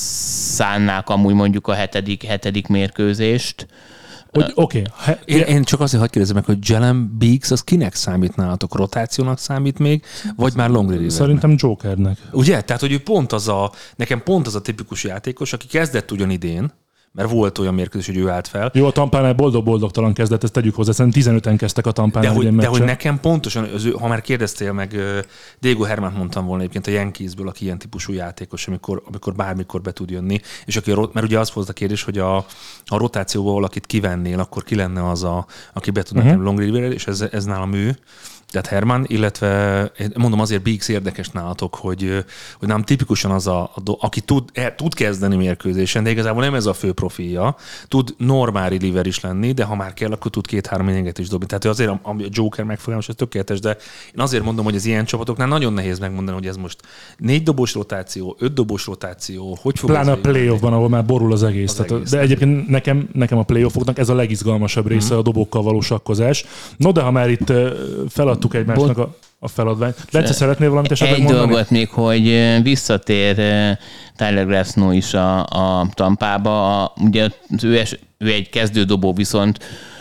szánnák amúgy mondjuk a hetedik, hetedik mérkőzést. Oké. Okay. Én, én csak azért hadd kérdezem meg, hogy Jalen Beeks az kinek számít nálatok? Rotációnak számít még, vagy már long relievernek? Szerintem Jokernek. Ugye? Tehát, hogy ő pont az a, nekem pont az a tipikus játékos, aki kezdett ugyan idén, mert volt olyan mérkőzés, hogy ő állt fel. Jó, a Tampánál boldog-boldogtalan kezdett, ezt tegyük hozzá, szerintem tizenöten kezdtek a Tampánál. De hogy, de hogy nekem pontosan, az ő, ha már kérdeztél meg, Diego Hermánt mondtam volna egyébként a Yankeesből, aki ilyen típusú játékos, amikor, amikor bármikor be tud jönni, és aki, mert ugye az volt a kérdés, hogy a, a rotációból valakit kivennél, akkor ki lenne az, a, aki be tudna uh-huh. long relieverrel, és ez, ez nálam ő. Tehát Herman, illetve mondom azért Beeks érdekes nálatok, hogy, hogy nem tipikusan az, a, a, aki tud, el, tud kezdeni mérkőzésen, de igazából nem ez a fő profilja. Tud normál reliever is lenni, de ha már kell, akkor tud két-három inninget is dobni. Tehát azért a, a Joker megfogalmaz, ez tökéletes, de én azért mondom, hogy az ilyen csapatoknál nagyon nehéz megmondani, hogy ez most négy dobós rotáció, öt dobós rotáció, hogy fog pláne a playoffban, ahol már borul az egész. Az Tehát, egész de egyébként nekem, nekem a playoffoknak ez a legizgalmasabb része mm-hmm. a dobókkal való sakkozás. No, de ha már itt fel egymásnak a, a feladványt. Bence, szeretnél valamit esetleg egy mondani? Egy dolgot még, hogy visszatér Tyler Glasnow is a, a Tampába. A, ugye ő, es, ő egy kezdődobó, viszont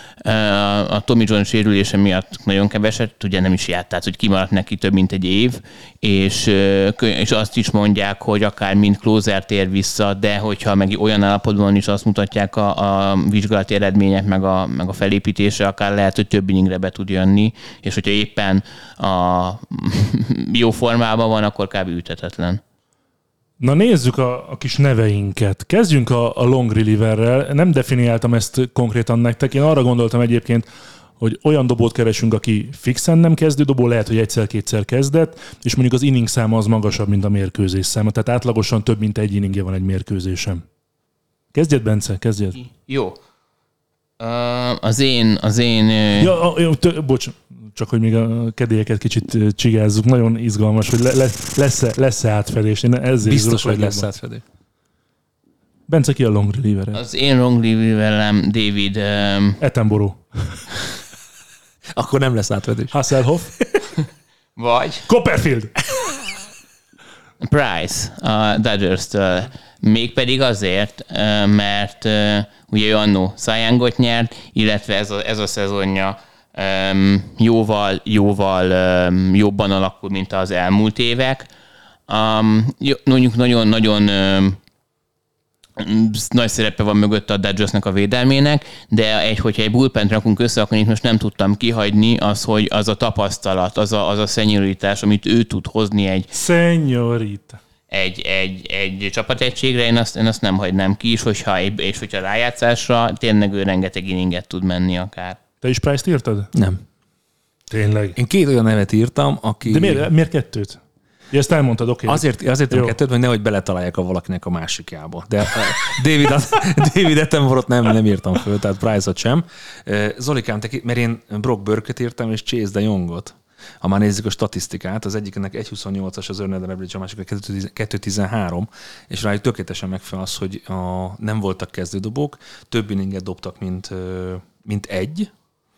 a Tommy John sérülése miatt nagyon keveset, ugye nem is járt, tehát hogy kimaradt neki több mint egy év, és, és azt is mondják, hogy akár mind closer tér vissza, de hogyha meg olyan állapotban is azt mutatják a, a vizsgálati eredmények, meg a, meg a felépítése, akár lehet, hogy több inningre be tud jönni, és hogyha éppen a jó formában van, akkor kb. Üthetetlen. Na nézzük a, a kis neveinket. Kezdjünk a, a long relieverrel. Nem definiáltam ezt konkrétan nektek. Én arra gondoltam egyébként, hogy olyan dobót keresünk, aki fixen nem kezdő dobó, lehet, hogy egyszer-kétszer kezdett, és mondjuk az inning száma az magasabb, mint a mérkőzés száma. Tehát átlagosan több, mint egy inningje van egy mérkőzésem. Kezdjed, Bence, kezdjed. Jó. Uh, az én... Az én ja, jó, tö, bocs, csak hogy még a kedélyeket kicsit csigázzuk. Nagyon izgalmas, hogy le, le, lesz-e, lesz-e átfedés. Én ezért biztos, hogy lesz átfedés. Bence, ki a long reliever? Az én long relieverem David... Um... Attenborough. Akkor nem lesz átfedés. Hasselhoff. Vagy... Copperfield. Price a Dodgers-től. Mégpedig azért, mert ugye ő annó Cy Youngot nyert, illetve ez a, ez a szezonja um, jóval, jóval um, jobban alakul, mint az elmúlt évek. Um, mondjuk nagyon-nagyon um, nagy szerepe van mögött a Dodgersnek a védelmének, de egy, hogyha egy bullpent rakunk össze, akkor itt most nem tudtam kihagyni az, hogy az a tapasztalat, az a, az a szenyoritás, amit ő tud hozni egy... Szenyorita. Egy, egy, egy csapategységre, én azt, én azt nem hagynám ki, és hogyha, és hogyha rájátszásra tényleg ő rengeteg inninget tud menni akár. Te is Price-t írtad? Nem. Tényleg? Én két olyan nevet írtam, aki... De miért, miért kettőt? Ja, ezt elmondtad, oké. Okay. Azért, azért nem kettőt, hogy nehogy beletalálják a valakinek a másikjába. De David, David Attenborough nem, nem írtam föl, tehát Price-ot sem. Zolikám, te ki, mert én Brock Burke-et írtam, és Chase de Jongot. Ha már nézzük a statisztikát, az egyiknek egy huszonnyolcas az earned average, a másik a kettő tizenhárom, és rájuk tökéletesen megfelel az, hogy a, nem voltak kezdődobók, több inninget dobtak, mint, mint egy,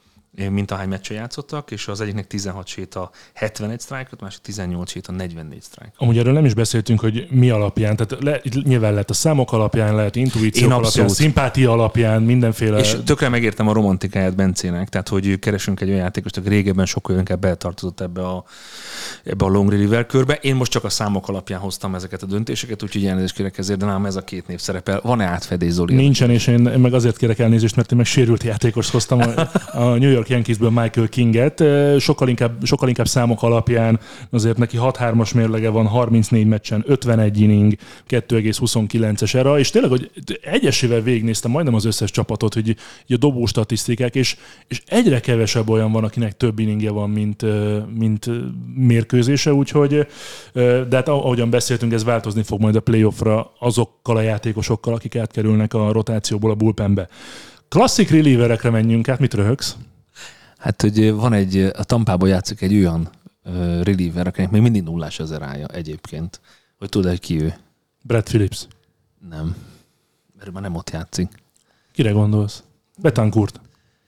mint ahány meccsen játszottak, és az egyiknek tizenhat séta hetvenegy sztrájkot, másik tizennyolc séta negyvennégy sztrájkot. Amúgy erről nem is beszéltünk, hogy mi alapján, tehát le, nyilván lehet a számok alapján, lehet intuíciók alapján, abszolút. Szimpátia alapján, mindenféle... És tökre megértem a romantikáját Bencének, tehát hogy keresünk egy olyan játékost, aki régebben sokkal inkább beletartozott ebbe a, ebbe a long reliever körbe. Én most csak a számok alapján hoztam ezeket a döntéseket, úgyhogy elnézést kérek ezért, de nálam ez a két név szerepel. Van-e átfedés, Zoli? Nincsen, és én meg azért kérek elnézést, mert én meg sérült játékost hoztam, a, a New York Yankeesből Michael Kinget. Sokkal inkább, sokkal inkább számok alapján, azért neki hat hármas mérlege van, harmincnégy meccsen, ötvenegy inning, kettő egész huszonkilences era, és tényleg, hogy egyesével végignéztem majdnem az összes csapatot, hogy a dobó statisztikák, és, és egyre kevesebb olyan van, akinek több inningje van, mint, mint mérkőzése, úgyhogy, de hát ahogyan beszéltünk, ez változni fog majd a playoffra azokkal a játékosokkal, akik átkerülnek a rotációból a bullpenbe. Klasszik relieverekre menjünk át, mit röhögsz? Hát, hogy van egy, a Tampában játszik egy olyan uh, reliever, akinek még mindig nullás az erája egyébként. Hogy tudod, hogy ki ő? Brad Phillips. Nem. Mert már nem ott játszik. Kire gondolsz? Betancourt.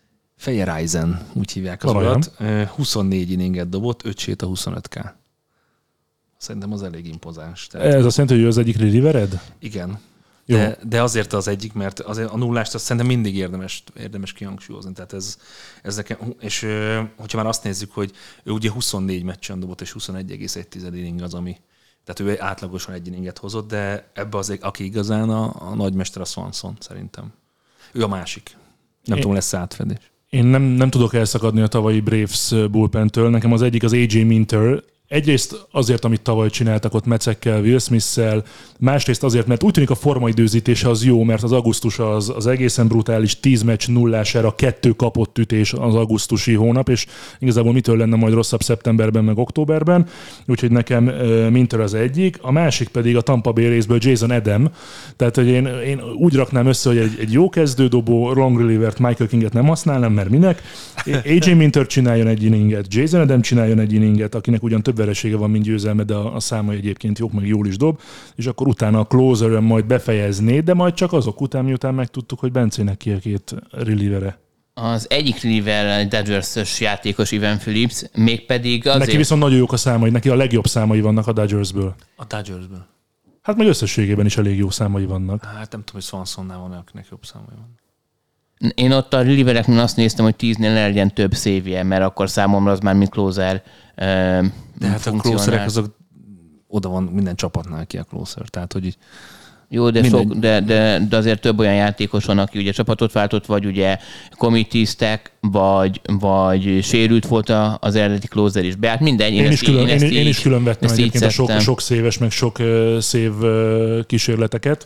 Fejereisen, úgy hívják az olyat. huszonnégy inninget dobott, öt séta, huszonöt ká. Szerintem az elég impozáns. Tehát... Ez azt jelenti, hogy ő az egyik relievered? Igen. De, de azért az egyik, mert azért a nullást azt szerintem mindig érdemes, érdemes kihangsúlyozni. Tehát ez, ez nekem, és hogyha már azt nézzük, hogy ő ugye huszonnégy meccsen dobott, és huszonegy egész egy inning az, ami, tehát ő átlagosan egy inninget hozott, de ebbe az, aki igazán a, a nagymester a Swanson szerintem. Ő a másik. Nem Én... tudom, lesz átfedés. Én nem, nem tudok elszakadni a tavalyi Braves bullpentől. Nekem az egyik az á jé Minter. Egyrészt azért, amit tavaly csináltak ott Mecekkel, Will Smith-szel, másrészt azért, mert úgy tűnik a formaidőzítése az jó, mert az augusztus az, az egészen brutális, tíz meccs nullására, kettő kapott ütés az augusztusi hónap, és igazából mitől lenne majd rosszabb szeptemberben, meg októberben, úgyhogy nekem uh, Minter az egyik, a másik pedig a Tampa Bay Raysből Jason Adam, tehát hogy én, én úgy raknám össze, hogy egy, egy jó kezdődobó, long relievert, Michael Kinget nem használnám, mert minek, á jé Minter csináljon egy inninget, Jason Adam csináljon egy inninget, akinek ugyan több veresége van, mint győzelme, de a, a számai egyébként jók, meg jól is dob, és akkor utána a closer-ön majd befejezné, de majd csak azok után, miután megtudtuk, hogy Bencének ki a két relievere. Az egyik reliever Dodgers-ös játékos Ivan Phillips, mégpedig azért... Neki viszont nagyon jók a számai, neki a legjobb számai vannak a Dodgersből. A Dodgersből? Hát meg összességében is elég jó számai vannak. Hát nem tudom, hogy Swansonnál van, akinek jobb számai van. Én ott a relievereknél azt néztem, hogy tíznél legyen több szévje, mert akkor számomra az már mint closer uh, de hát a closerek azok oda van minden csapatnál ki a closer, tehát hogy így jó, de, sok, de, de, de azért több olyan játékos van, aki ugye csapatot váltott, vagy ugye committee-ztek, vagy, vagy sérült volt az eredeti closer is be. Hát mindegy. Én, én, is, külön, én, én, én is külön vettem egyébként a sok, sok széves, meg sok uh, szév uh, kísérleteket.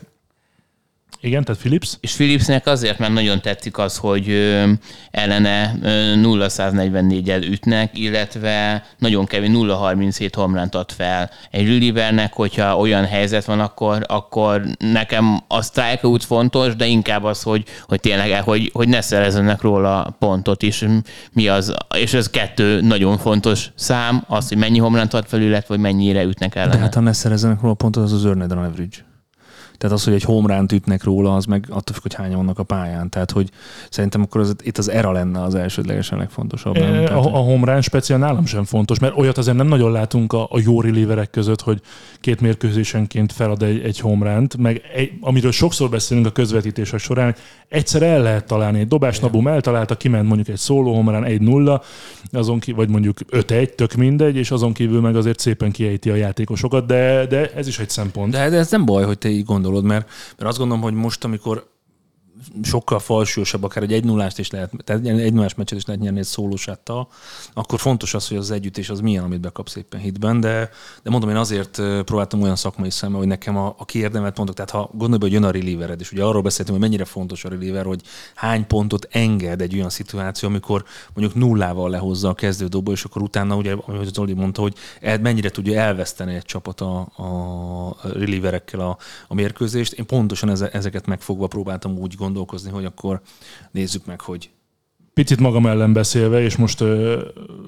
Igen, tehát Phillips. És Phillipsnek azért, mert nagyon tetszik az, hogy ö, ellene nulla száznegyvennégyel ütnek, illetve nagyon kevés nulla harminchét homránt ad fel egy relievernek, hogyha olyan helyzet van, akkor, akkor nekem a strikeout fontos, de inkább az, hogy, hogy tényleg, hogy, hogy ne szerezzenek róla pontot is. Mi az, és ez kettő nagyon fontos szám, az, hogy mennyi homránt ad fel, illetve hogy mennyire ütnek ellene. De hát ha ne szerezzenek róla pontot, az az earned run average. Tehát az, hogy egy home run-t ütnek róla, az meg attól függ, hogy hányan vannak a pályán. Tehát, hogy szerintem akkor az, itt az era lenne az elsődlegesen legfontosabb. Nem? E, Tehát, a, a home run speciál nálam sem fontos, mert olyat azért nem nagyon látunk a, a jó relieverek között, hogy két mérkőzésenként felad egy, egy home run-t, meg egy, amiről sokszor beszélünk a közvetítések során, egyszer el lehet találni. Egy dobás Nabum eltalálta, kiment mondjuk egy szóló home run, egy nulla, azon ki, vagy mondjuk öt egy, tök mindegy, és azon kívül meg azért szépen kiejti a játékosokat, de, de ez is egy szempont. De, de ez nem baj, hogy te így gondolod, gondolod, mert, mert azt gondolom, hogy most, amikor sokkal falsúlyosabb, akár egy egy nullást is lehet, tehát egy nullás meccset is lehet nyerni egy szólósáttal, akkor fontos az, hogy az együttés az milyen, amit bekapsz éppen hitben, de, de mondom, én azért próbáltam olyan szakmai szemmel, hogy nekem a, a kiérdemelt pontok, tehát ha gondolj, hogy jön a relievered, és ugye arról beszéltünk, hogy mennyire fontos a reliever, hogy hány pontot enged egy olyan szituáció, amikor mondjuk nullával lehozza a kezdődobó, és akkor utána, ugye, ahogy Zoli mondta, hogy el, mennyire tudja elveszteni egy csapat a, a relieverekkel a, a mérkőzést. Én pontosan eze, ezeket megfogva próbáltam úgy gondolkozni, hogy akkor nézzük meg, hogy... Picit magam ellen beszélve, és most ö,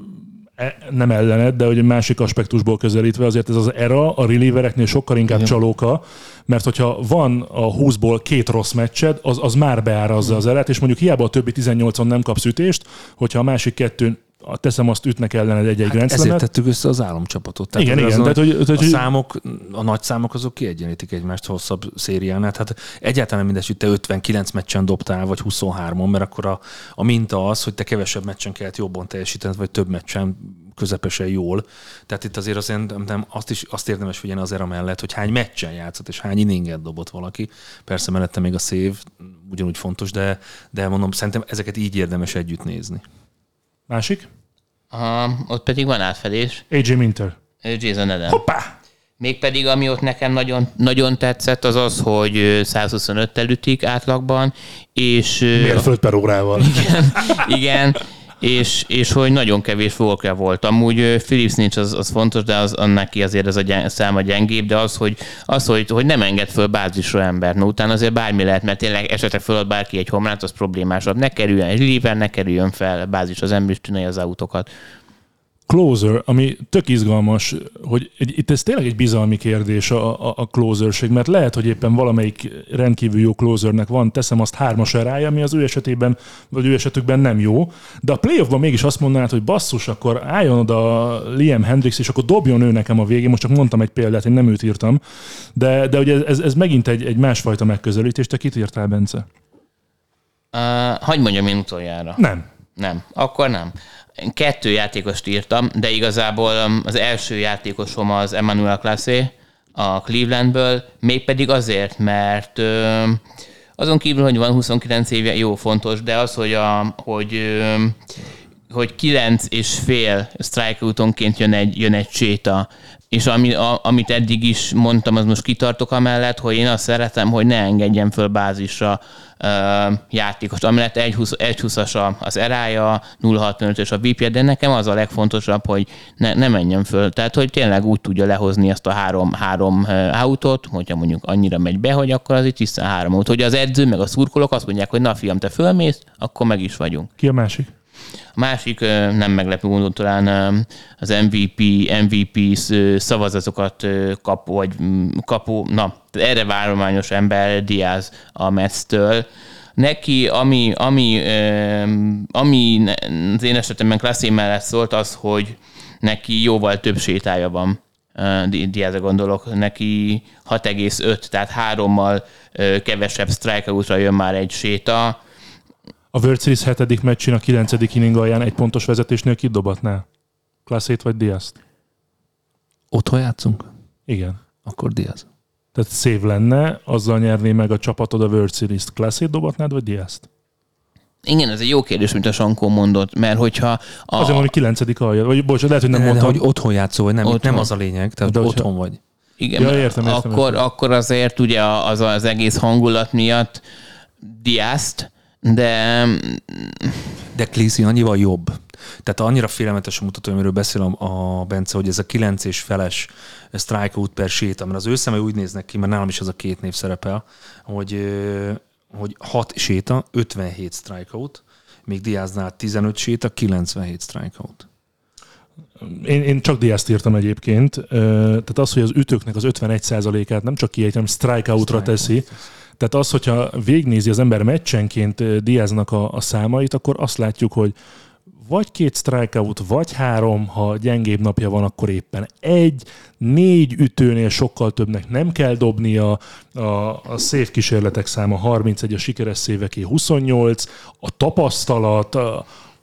nem ellened, de hogy egy másik aspektusból közelítve, azért ez az era a relievereknél sokkal inkább Igen. csalóka, mert hogyha van a húszból két rossz meccsed, az, az már beárazza az erát, és mondjuk hiába a többi tizennyolcon nem kapsz ütést, hogyha a másik kettőn teszem azt, ütnek ellened egy-egy hát Grand Slamet. Ezért tettük össze az álomcsapatot. Tehát igen, igen. A, tehát, hogy, a, tehát, számok, a nagy számok azok kiegyenítik egymást hosszabb szériánál. Hát egyáltalán mindegy, hogy te ötvenkilenc meccsen dobtál, vagy huszonhármon, mert akkor a, a minta az, hogy te kevesebb meccsen kellett jobban teljesítened, vagy több meccsen közepesen jól. Tehát itt azért azért nem, azt is azt érdemes figyelni az era mellett, hogy hány meccsen játszott, és hány inninget dobott valaki. Persze mellette még a save ugyanúgy fontos, de, de mondom, szerintem ezeket így érdemes együtt nézni. Másik? Uh, ott pedig van átfedés. á jé Minter. Jason Adam. Hoppá! Mégpedig, ami ott nekem nagyon, nagyon tetszett, az az, hogy százhuszonöttel ütik átlagban, és... Mérföld per órával. Igen, igen és, és hogy nagyon kevés walker volt. Amúgy Phillips nincs, az, az fontos, de az, neki azért ez a gyeng, száma gyengébb, de az, hogy, az, hogy, hogy nem enged föl bázisra ember. No, utána azért bármi lehet, mert tényleg esetleg fölad bárki egy homlánt, az problémásabb. Ne kerüljön egy reliever, ne kerüljön fel bázis, az ember is csinálja az autókat. Closer, ami tök izgalmas, hogy itt ez tényleg egy bizalmi kérdés a, a, a closerség, mert lehet, hogy éppen valamelyik rendkívül jó closernek van, teszem azt hármas erája, ami az ő esetében, vagy ő esetükben nem jó, de a playoffban mégis azt mondanád, hogy basszus, akkor álljon oda Liam Hendricks, és akkor dobjon ő nekem a végén, most csak mondtam egy példát, én nem őt írtam, de, de ugye ez, ez megint egy, egy másfajta megközelítés. Te kit írtál, Bence? Uh, hagy mondjam én utoljára. Nem. Nem, akkor nem. Én kettő játékost írtam, de igazából az első játékosom az Emmanuel Clase a Clevelandből, mégpedig azért, mert ö, azon kívül, hogy van huszonkilenc éve, jó, fontos, de az, hogy, a, hogy, ö, hogy kilenc és fél strikeoutonként jön egy, jön egy séta, és ami, a, amit eddig is mondtam, az most kitartok amellett, hogy én azt szeretem, hogy ne engedjen föl bázisra uh, játékos. Amellett egy húszas az erája, nulla hatvanötös a vé pé, de nekem az a legfontosabb, hogy ne, ne menjen föl. Tehát, hogy tényleg úgy tudja lehozni ezt a három, három uh, autót, hogyha mondjuk annyira megy be, hogy akkor az itt tisztán három autó. Hogy az edző meg a szurkolók azt mondják, hogy na fiam, te fölmész, akkor meg is vagyunk. Ki a másik? A másik nem meglepő módon talán az em vé pé, em vé pé szavazatokat kap, vagy kapó, na, erre várományos ember Diaz a Metstől. Neki, ami, ami, ami az én esetemben Clase mellett szólt, az, hogy neki jóval több sétája van. Diazra gondolok, neki hat egész öt, tehát hárommal kevesebb strikeoutra jön már egy séta. A World Series hetedik meccsén a kilencedik inning alján egy pontos vezetésnél kit dobatnál? Clase-t vagy Diazt? Otthon játszunk? Igen. Akkor Diaz. Tehát szép lenne, azzal nyerné meg a csapatod a World Series-t. Clase-t dobatnád, vagy Diazt? Igen, ez egy jó kérdés, mint a Sankó mondott, mert hogyha... A... Azért van, hogy kilencedik alja. Vagy bocs, lehet, hogy nem de, mondtam. De, hogy otthon játszol, vagy nem, otthon. nem az a lényeg, tehát de otthon hogyha... vagy. Igen, ja, értem, értem, akkor, értem. akkor azért ugye az, az egész hangulat miatt Diazt, de... De Clase annyival jobb. Tehát annyira félelmetes a mutató, amiről beszél a, a Bence, hogy ez a kilenc és feles strikeout per séta, mert az ő szemei úgy néznek ki, mert nálam is az a két név szerepel, hogy, hogy hat séta, ötvenhét strikeout, még Diaznál tizenöt séta, kilencvenhét strikeout. Én, én csak Diazt írtam egyébként. Tehát az, hogy az ütőknek az ötvenegy százalékát nem csak kiejt, hanem strikeoutra teszi. Tehát az, hogyha végignézi az ember meccsenként Diaznak a, a számait, akkor azt látjuk, hogy vagy két strikeout, vagy három, ha gyengébb napja van, akkor éppen egy, négy ütőnél sokkal többnek nem kell dobnia, a, a szép kísérletek száma harmincegy, a sikeres széveké huszonnyolc, a tapasztalat, a,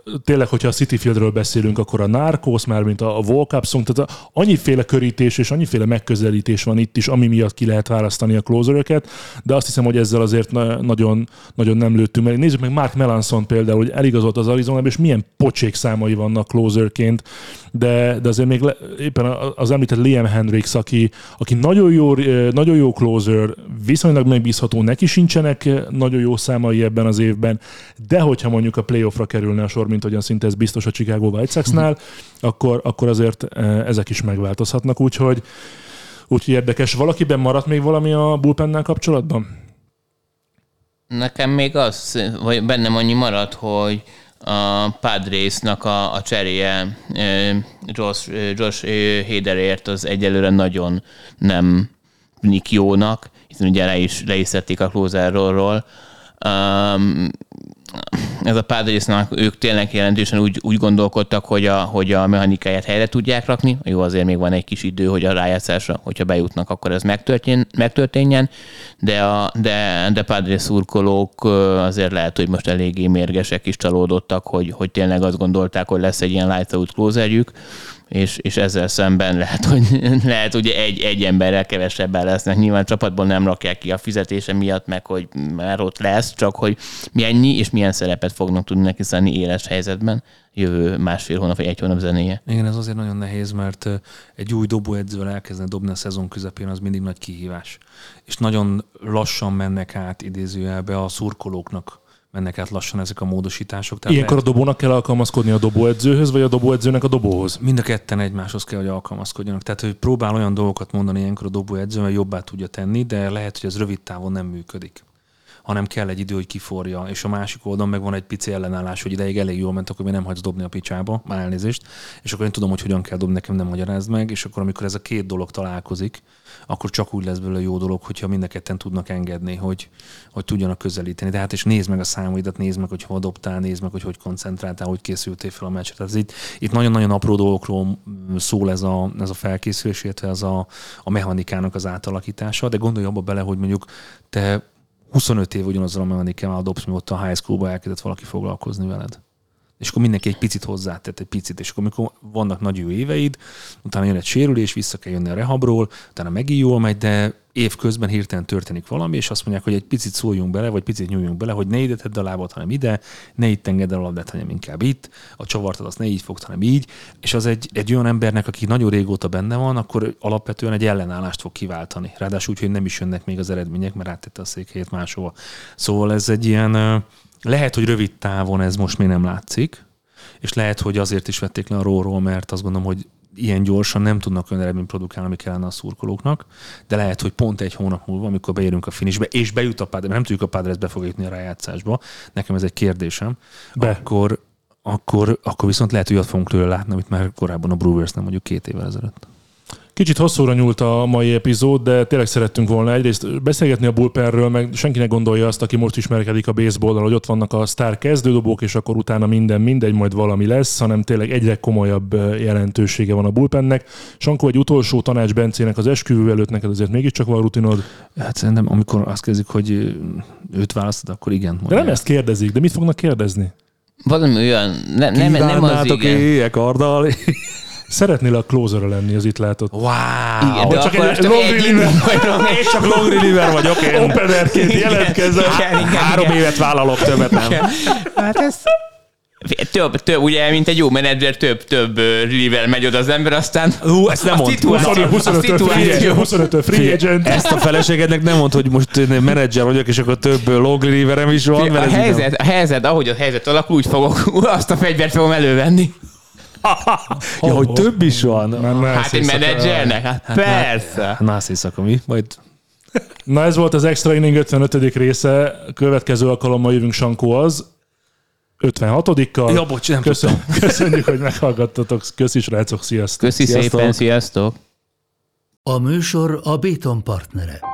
tényleg, hogyha a City Fieldről beszélünk, akkor a Narcos, már mint a Volcup Song, tehát annyiféle körítés és annyiféle megközelítés van itt is, ami miatt ki lehet választani a closeröket, de azt hiszem, hogy ezzel azért nagyon, nagyon nem lőttünk. Mert nézzük meg Mark Melanson például, hogy eligazolt az Arizonában, és milyen pocsék számai vannak closerként, de, de azért még le, éppen az említett Liam Hendricks, aki, aki nagyon jó, nagyon jó closer, viszonylag megbízható, neki sincsenek nagyon jó számai ebben az évben, de hogyha mondjuk a playoffra kerülne a sor, mint hogyan szinte ez biztos a Chicago White Soxnál, mm. akkor, akkor azért ezek is megváltozhatnak, úgyhogy, úgyhogy érdekes. Valakiben maradt még valami a bullpennel kapcsolatban? Nekem még az, vagy bennem annyi maradt, hogy a Padresnak a, a cseréje Josh, Josh Haderért az egyelőre nagyon nem tűnik jónak, hiszen ugye le is, le is szedték a closerról. Um, ez a Padresnak ők tényleg jelentősen úgy, úgy gondolkodtak, hogy a, hogy a mechanikáját helyre tudják rakni. Jó, azért még van egy kis idő, hogy a rájátszásra, hogyha bejutnak, akkor ez megtörtén, megtörténjen, de a de, de Padres szurkolók azért lehet, hogy most eléggé mérgesek is csalódottak, hogy, hogy tényleg azt gondolták, hogy lesz egy ilyen lights out closerjük, és, és ezzel szemben lehet, hogy lehet, ugye egy, egy emberrel kevesebben lesznek. Nyilván csapatból nem rakják ki a fizetése miatt, meg hogy már ott lesz, csak hogy mennyi és milyen szerepet fognak tudni neki szállni éles helyzetben jövő másfél hónap vagy egy hónap zenéje. Igen, ez azért nagyon nehéz, mert egy új dobóedzővel elkezdeni dobni a szezon közepén, az mindig nagy kihívás. És nagyon lassan mennek át idézőjelbe a szurkolóknak, mennek át lassan ezek a módosítások. Tehát ilyenkor lehet, a dobónak kell alkalmazkodni a dobóedzőhöz, vagy a dobóedzőnek a dobóhoz? Mind a ketten egymáshoz kell, hogy alkalmazkodjanak. Tehát, hogy próbál olyan dolgokat mondani ilyenkor a dobóedző, mert jobbá tudja tenni, de lehet, hogy ez rövid távon nem működik, hanem kell egy idő, hogy kiforja, és a másik oldalon meg van egy pici ellenállás, hogy ideig elég jól ment, akkor még nem hagysz dobni a picsába, már elnézést, és akkor én tudom, hogy hogyan kell dobni, nekem nem magyarázd meg, és akkor amikor ez a két dolog találkozik, akkor csak úgy lesz belőle jó dolog, hogyha mind a ketten tudnak engedni, hogy, hogy tudjanak közelíteni. De hát és nézd meg a számaidat, nézd meg, hogy hol dobtál, nézd meg, hogy hogy koncentráltál, hogy készültél fel a meccsre. Tehát itt, itt nagyon-nagyon apró dolgokról szól ez a, ez a felkészülés, illetve ez a, a mechanikának az átalakítása, de gondolj abba bele, hogy mondjuk te huszonöt év ugyanazzal a mechanikával dobsz, mióta a high schoolba elkezdett valaki foglalkozni veled. És akkor mindenki egy picit hozzátett, egy picit, és akkor amikor vannak nagy jó éveid, utána jön egy sérülés, vissza kell jönni a rehabról, utána megint jól megy, de évközben hirtelen történik valami, és azt mondják, hogy egy picit szóljunk bele, vagy picit nyúljunk bele, hogy ne ide tedd a lábad, hanem ide, ne itt engedd el a labdát, hanem inkább itt, a csavartad azt ne így fogd, hanem így, és az egy, egy olyan embernek, aki nagyon régóta benne van, akkor alapvetően egy ellenállást fog kiváltani. Ráadásul úgy, hogy nem is jönnek még az eredmények, mert áttette a székhelyét máshova. Szóval ez egy ilyen, lehet, hogy rövid távon ez most még nem látszik, és lehet, hogy azért is vették le a róról, mert azt gondolom, hogy ilyen gyorsan nem tudnak olyan eredményt produkálni, ami kellene a szurkolóknak, de lehet, hogy pont egy hónap múlva, amikor beérünk a finishbe, és bejut a Padres, nem tudjuk, a Padres be fog jutni a rájátszásba, nekem ez egy kérdésem, akkor, akkor, akkor viszont lehet, hogy ott fogunk tőle látni, amit már korábban a Brewers nem mondjuk két évvel ezelőtt. Kicsit hosszúra nyúlt a mai epizód, de tényleg szerettünk volna egyrészt beszélgetni a bullpenről, meg senkinek gondolja azt, aki most ismerkedik a baseballlal, hogy ott vannak a sztár kezdődobók, és akkor utána minden mindegy, majd valami lesz, hanem tényleg egyre komolyabb jelentősége van a bullpennek. Sankó, egy utolsó tanács Bencének az esküvő előtt, neked azért mégiscsak van rutinod? Hát szerintem, amikor azt kezdik, hogy őt választod, akkor igen. De nem ezt kérdezik, de mit fognak kérdezni? Valami olyan, ne, nem, nem az igen. Éjjel karddal. Szeretnél a closerra lenni, az itt látott. Wow! Igen, de csak akkor egy long reliever. Én csak long reliever vagyok én. Openerként jelentkezem. Három évet vállalok, többet nem. Hát ez... Több, több, ugye, mint egy jó menedzser, több, több reliever megy oda az ember, aztán Ú, ezt nem mond. huszonöt free agent. Ezt a feleségednek nem mond, hogy most menedzser vagyok, és akkor több long relieverem is van. A helyzet, a helyzet, ahogy a helyzet alakul, úgy fogok, azt a fegyvert fogom elővenni. Ja, hogy több is van. Hát egy menedzsernek? Hát persze. Nász éjszaka mi? Majd... Na ez volt az Extra Inning ötvenötödik része. Következő alkalommal jövünk, Sankó, az ötvenhatodikkal. Ja, bocs, nem Köszön, Köszönjük, hogy meghallgattatok. Köszi, srácok, sziasztok. Köszi szépen, sziasztok. A műsor a Béton partnere.